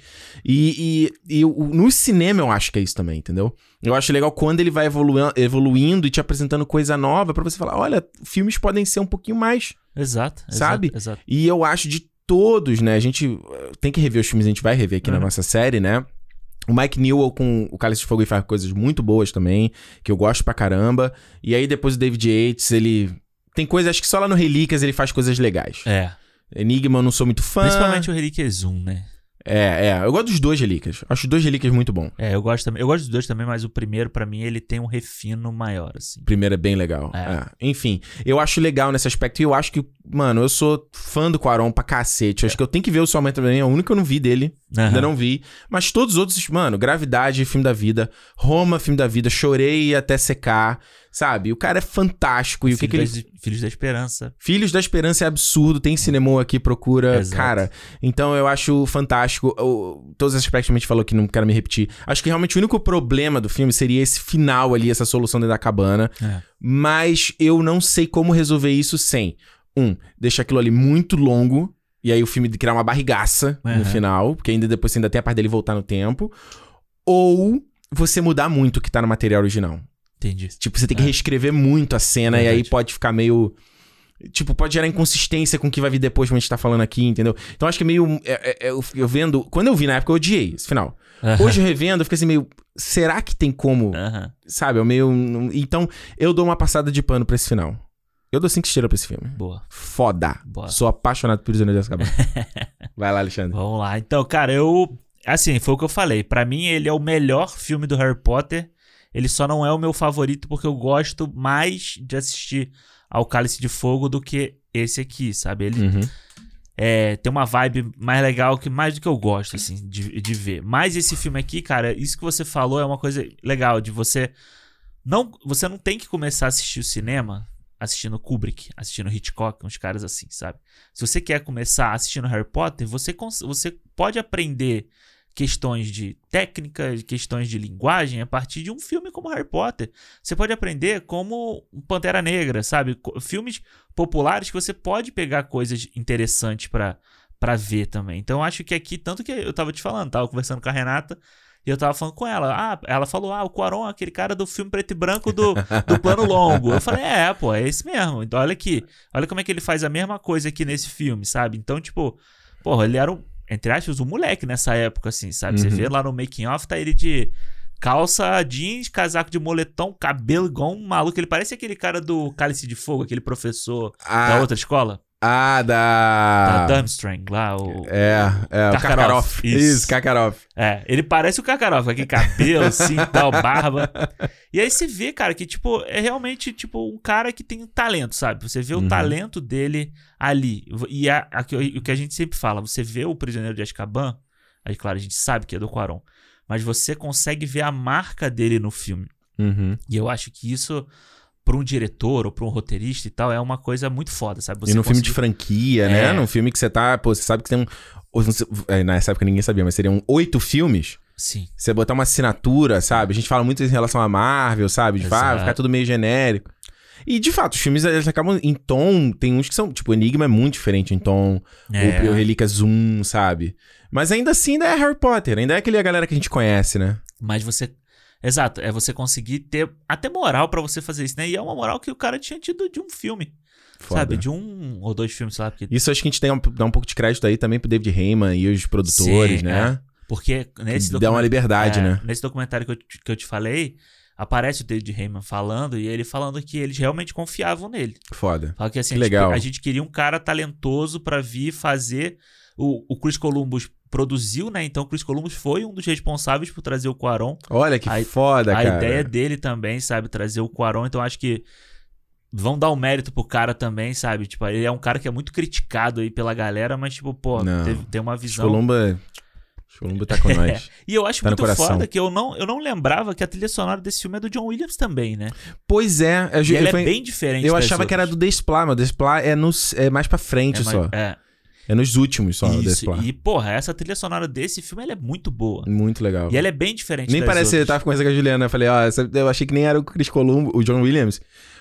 E, e, e no cinema eu acho que é isso também, entendeu? Eu acho legal quando ele vai evolu- evoluindo e te apresentando coisa nova pra você falar, olha, filmes podem ser um pouquinho mais. Exato. Sabe? Exato, exato. E eu acho de todos, né? A gente tem que rever os filmes, a gente vai rever aqui uhum. na nossa série, né? O Mike Newell com o Cálice de Fogo e faz coisas muito boas também, que eu gosto pra caramba. E aí depois o David Yates, ele... Tem coisas, acho que só lá no Relíquias ele faz coisas legais. É. Enigma eu não sou muito fã. Principalmente o Relíquias um, né? É, é. Eu gosto dos dois Relíquias. Acho os dois Relíquias muito bom. É, eu gosto também. Eu gosto dos dois também, mas o primeiro, pra mim, ele tem um refino maior, assim. O primeiro é bem legal. É. É. Enfim, eu acho legal nesse aspecto. E eu acho que, mano, eu sou fã do Cuarón pra cacete. Eu acho que eu tenho que ver o Sua Mãe também. É o único que eu não vi dele. Uhum. Ainda não vi. Mas todos os outros, mano, Gravidade, filme da vida. Roma, filme da vida. Chorei até secar. Sabe? O cara é fantástico. E o que, que ele... Filhos da Esperança. Filhos da Esperança é absurdo. Tem cinema aqui, procura. Exato. Cara, então eu acho fantástico. Eu, todos os aspectos que a gente falou aqui, não quero me repetir. Acho que realmente o único problema do filme seria esse final ali, essa solução dentro da cabana. É. Mas eu não sei como resolver isso sem... Um, deixar aquilo ali muito longo. E aí o filme criar uma barrigaça uhum. no final. Porque ainda depois você ainda tem a parte dele voltar no tempo. Ou você mudar muito o que tá no material original. Entendi. Tipo, você tem que é. reescrever muito a cena. Verdade. E aí pode ficar meio... Tipo, pode gerar inconsistência com o que vai vir depois, como a gente tá falando aqui, entendeu? Então acho que é meio... É, é, eu, eu vendo... Quando eu vi na época, eu odiei esse final. Uh-huh. Hoje eu revendo, eu fico assim meio... Será que tem como? Uh-huh. Sabe? Eu meio... Então, eu dou uma passada de pano pra esse final. Eu dou cinco estrelas pra esse filme. Boa. Foda. Boa. Sou apaixonado por Prisioneiro de Azkaban. Vai lá, Alexandre. Vamos lá. Então, cara, eu... Assim, foi o que eu falei. Pra mim, ele é o melhor filme do Harry Potter. Ele só não é o meu favorito porque eu gosto mais de assistir ao Cálice de Fogo do que esse aqui, sabe? Ele uhum. é, tem uma vibe mais legal, que mais do que eu gosto, assim, de, de ver. Mas esse filme aqui, cara, isso que você falou é uma coisa legal, de você... Não, você não tem que começar a assistir o cinema assistindo Kubrick, assistindo Hitchcock, uns caras assim, sabe? Se você quer começar assistindo Harry Potter, você, cons- você pode aprender... questões de técnica, questões de linguagem a partir de um filme como Harry Potter. Você pode aprender como Pantera Negra, sabe? Filmes populares que você pode pegar coisas interessantes pra, pra ver também. Então eu acho que aqui, tanto que eu tava te falando, tava conversando com a Renata e eu tava falando com ela. Ah, ela falou, ah, o Cuarón é aquele cara do filme preto e branco do, do Plano Longo. Eu falei, é, pô, é esse mesmo. Então olha aqui, olha como é que ele faz a mesma coisa aqui nesse filme, sabe? Então, tipo, porra, ele era um entre aspas, um moleque nessa época, assim, sabe? Uhum. Você vê lá no making off, tá ele de calça jeans, casaco de moletom, cabelo igual um maluco. Ele parece aquele cara do Cálice de Fogo, aquele professor Ah. da outra escola. Ah, da... Da Durmstrang, lá, o... É, é, o Karkaroff. Karkaroff. Isso, Isso. Karkaroff. É, ele parece o Karkaroff, aquele cabelo assim, tal, barba. E aí você vê, cara, que, tipo, é realmente, tipo, um cara que tem um talento, sabe? Você vê Uhum. o talento dele ali. E a, a, o que a gente sempre fala, você vê o Prisioneiro de Azkaban, aí, claro, a gente sabe que é do Cuarón, mas você consegue ver a marca dele no filme. Uhum. E eu acho que isso, pra um diretor ou pra um roteirista e tal, é uma coisa muito foda, sabe? Você e num filme de conseguir- franquia, né? É. Num filme que você tá... Pô, você sabe que tem um... ou você- é, nessa época ninguém sabia, mas seriam oito filmes. Sim. Você botar uma assinatura, sabe? A gente fala muito em relação a Marvel, sabe? De Exato. ah, ficar tudo meio genérico. E, de fato, os filmes eles acabam em tom... Tem uns que são... Tipo, o Enigma é muito diferente em tom. É. O, o Relíquias um, sabe? Mas ainda assim ainda é Harry Potter. Ainda é aquele a galera que a gente conhece, né? Mas você... Exato, é você conseguir ter até moral pra você fazer isso, né? E é uma moral que o cara tinha tido de um filme, Foda. sabe? De um ou dois filmes, sei lá. Porque, Isso acho que a gente tem um, dá um pouco de crédito aí também pro David Heyman e os produtores, Sim, né? porque nesse Dá uma documentário- liberdade, é, né? Nesse documentário que eu, te- que eu te falei, aparece o David Heyman falando e ele falando que eles realmente confiavam nele. Foda. Fala que assim, Que a gente- legal. a gente queria um cara talentoso pra vir fazer... O, o Chris Columbus produziu, né? Então o Chris Columbus foi um dos responsáveis por trazer o Cuarón. Olha que A- foda, A cara. ideia dele também, sabe? Trazer o Cuarón. Então acho que vão dar o mérito pro cara também, sabe? Tipo, ele é um cara que é muito criticado aí pela galera, mas tipo, pô, Não. teve- tem uma visão... Columba... Columba tá com nós. E eu acho Tá no muito coração. foda que eu não, eu não lembrava que a trilha sonora desse filme é do John Williams também, né? Pois é. Eu, E ela foi- é bem diferente eu das achava que era outras. do Desplat, mas o Desplat é, nos, é mais pra frente É, só. mas- é, É nos últimos só, o isso. Desplat. E, porra, essa trilha sonora desse filme, ela é muito boa. Muito legal. E ela é bem diferente Nem das parece, eu outras. tava conversando com a Juliana, eu falei, ó, essa- eu achei que nem era o Chris Columbus, o John Williams,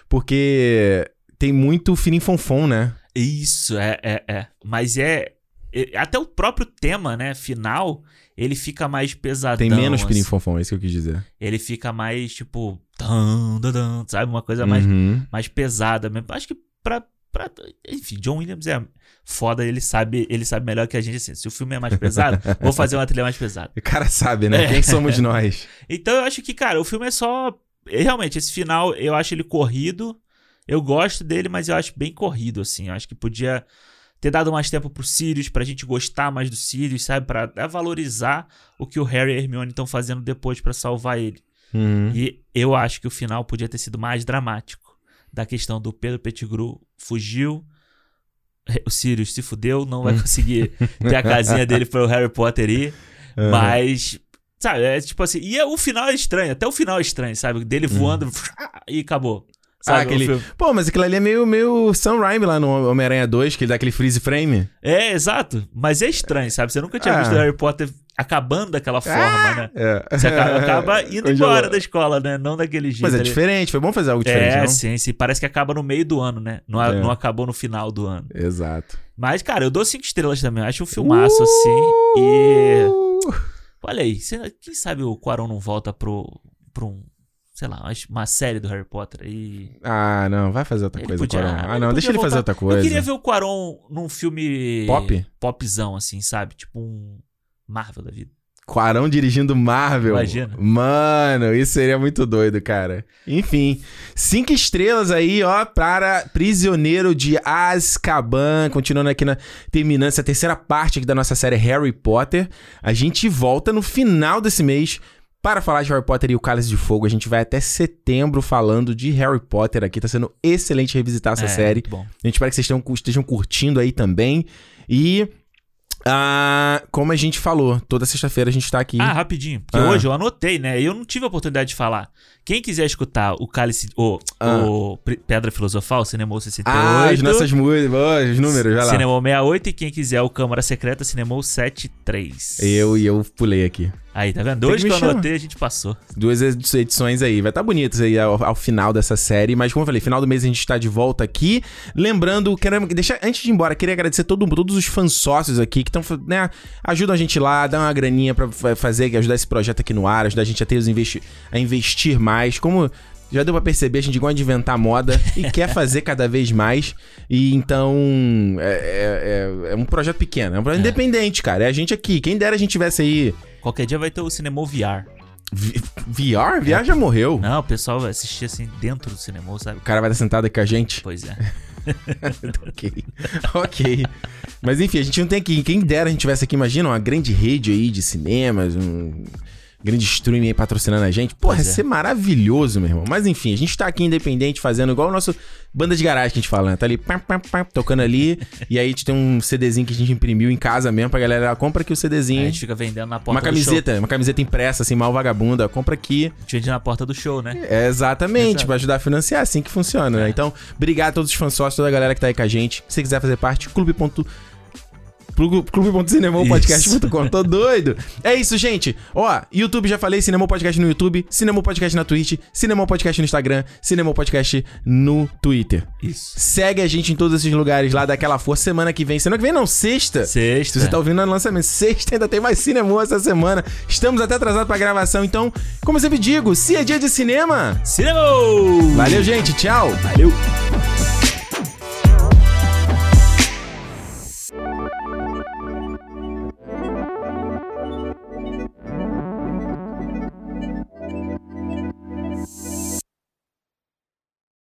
porque tem muito fininfonfon, né? Isso, é, é, é. Mas é... é- Até o próprio tema, né, final, ele fica mais pesadão. Tem menos assim. fininfonfon, é isso que eu quis dizer. Ele fica mais, tipo... Tan, dan, dan, sabe? Uma coisa mais, Uhum. mais pesada mesmo. Acho que pra, pra... Enfim, John Williams é foda. Ele sabe, ele sabe melhor que a gente. Assim, se o filme é mais pesado, vou fazer uma trilha mais pesada. O cara sabe, né? É. Quem somos nós? Então eu acho que, cara, o filme é só... Realmente, esse final, eu acho ele corrido. Eu gosto dele, mas eu acho bem corrido, assim. Eu acho que podia ter dado mais tempo pro Sirius, pra gente gostar mais do Sirius, sabe? Pra pra valorizar o que o Harry e a Hermione estão fazendo depois pra salvar ele. Uhum. E eu acho que o final podia ter sido mais dramático. Da questão do Pedro Pettigrew fugiu, o Sirius se fudeu, não vai conseguir ter a casinha dele para o Harry Potter ir. Uhum. Mas, sabe, é tipo assim... E é- o final é estranho, até o final é estranho, sabe? Dele voando e acabou. Sabe? Ah, aquele... O filme- Pô, mas aquilo ali é meio, meio Sam Raimi lá no Homem-Aranha dois, que ele dá aquele freeze frame. É, exato. Mas é estranho, sabe? Você nunca tinha Ah. visto o Harry Potter acabando daquela forma, né? É. Você acaba, acaba indo Congelou. embora da escola, né? Não daquele jeito. Mas é ali. diferente, foi bom fazer algo diferente, É, não? sim, sim. Parece que acaba no meio do ano, né? Não, a- É. não acabou no final do ano. Exato. Mas, cara, eu dou cinco estrelas também. Eu acho um filmaço, assim. E... Olha aí, cê- quem sabe o Cuarón não volta pro, pro um, sei lá, uma- uma série do Harry Potter aí. Ah, não, vai fazer outra Ele coisa, podia- Cuarón. Ah, ele não, podia deixa ele fazer voltar. outra coisa. Eu queria ver o Cuarón num filme... Pop? Popzão, assim, sabe? Tipo um Marvel da vida. Cuarón dirigindo Marvel. Imagina. Mano, isso seria muito doido, cara. Enfim, cinco estrelas aí, ó, para Prisioneiro de Azkaban. Continuando aqui na... Terminando essa terceira parte aqui da nossa série Harry Potter. A gente volta no final desse mês para falar de Harry Potter e o Cálice de Fogo. A gente vai até setembro falando de Harry Potter aqui. Tá sendo excelente revisitar essa É, série. muito bom. A gente espera que vocês estejam, estejam curtindo aí também. E... Ah, como a gente falou, toda sexta-feira a gente tá aqui. Ah, rapidinho. Porque Ah. hoje eu anotei, né? E eu não tive a oportunidade de falar. Quem quiser escutar o Cálice... O, Ah. o Pre- Pedra Filosofal, Cinemol sessenta e oito. Ah, as nossas músicas, ó, os números, vai lá. Cinemol sessenta e oito. E quem quiser o Câmara Secreta, Cinemol setenta e três. Eu e eu pulei aqui. Aí, tá vendo? Tem Hoje que que me eu anotei, a gente passou. Duas edi- edições aí. Vai estar bonito isso aí ao, ao final dessa série. Mas como eu falei, final do mês a gente tá de volta aqui. Lembrando, quero deixar, antes de ir embora, queria agradecer todo, todos os fãs sócios aqui que estão, né, ajudam a gente lá, dão uma graninha pra fa- fazer, ajudar esse projeto aqui no ar, ajudar a gente a ter os investi a investir mais. Como Já deu pra perceber, a gente gosta de inventar moda e quer fazer cada vez mais. E então, é, é, é um projeto pequeno, é um projeto é. independente, cara. É a gente aqui. Quem dera a gente tivesse aí... Qualquer dia vai ter o Cinema V R. V- VR? V R já morreu. Não, o pessoal vai assistir assim dentro do cinema, sabe? O cara vai estar sentado aqui com a gente. Pois é. ok, ok. Mas enfim, a gente não tem aqui. Quem dera a gente tivesse aqui, imagina, uma grande rede aí de cinemas, um... grande streaming aí patrocinando a gente. Porra, ia ser maravilhoso, meu irmão. Mas enfim, a gente tá aqui independente, fazendo igual o nosso banda de garagem que a gente fala, né? Tá ali, pam, pam, pam, tocando ali. E aí a gente tem um CDzinho que a gente imprimiu em casa mesmo pra galera. Ah, compra aqui o CDzinho. Aí a gente fica vendendo na porta uma do camiseta, show. Uma camiseta impressa, assim, mal vagabunda. Compra aqui. A gente vende na porta do show, né? É, exatamente, Exato. Pra ajudar a financiar. Assim que funciona, é. né? Então, obrigado a todos os fãs sócios, toda a galera que tá aí com a gente. Se você quiser fazer parte, clube. clube ponto cinemou podcast ponto com. Tô doido. É isso, gente. Ó, YouTube já falei, Cinemou Podcast no YouTube, Cinemou Podcast na Twitch, Cinemou Podcast no Instagram, Cinemou Podcast no Twitter. Isso. Segue a gente em todos esses lugares lá, daquela força. Semana que vem. Semana que vem não, sexta. Sexta. Se você tá ouvindo no lançamento, sexta ainda tem mais Cinemou essa semana. Estamos até atrasados pra gravação, então, como eu sempre digo, se é dia de cinema... Cinemou! Valeu, gente. Tchau. Valeu.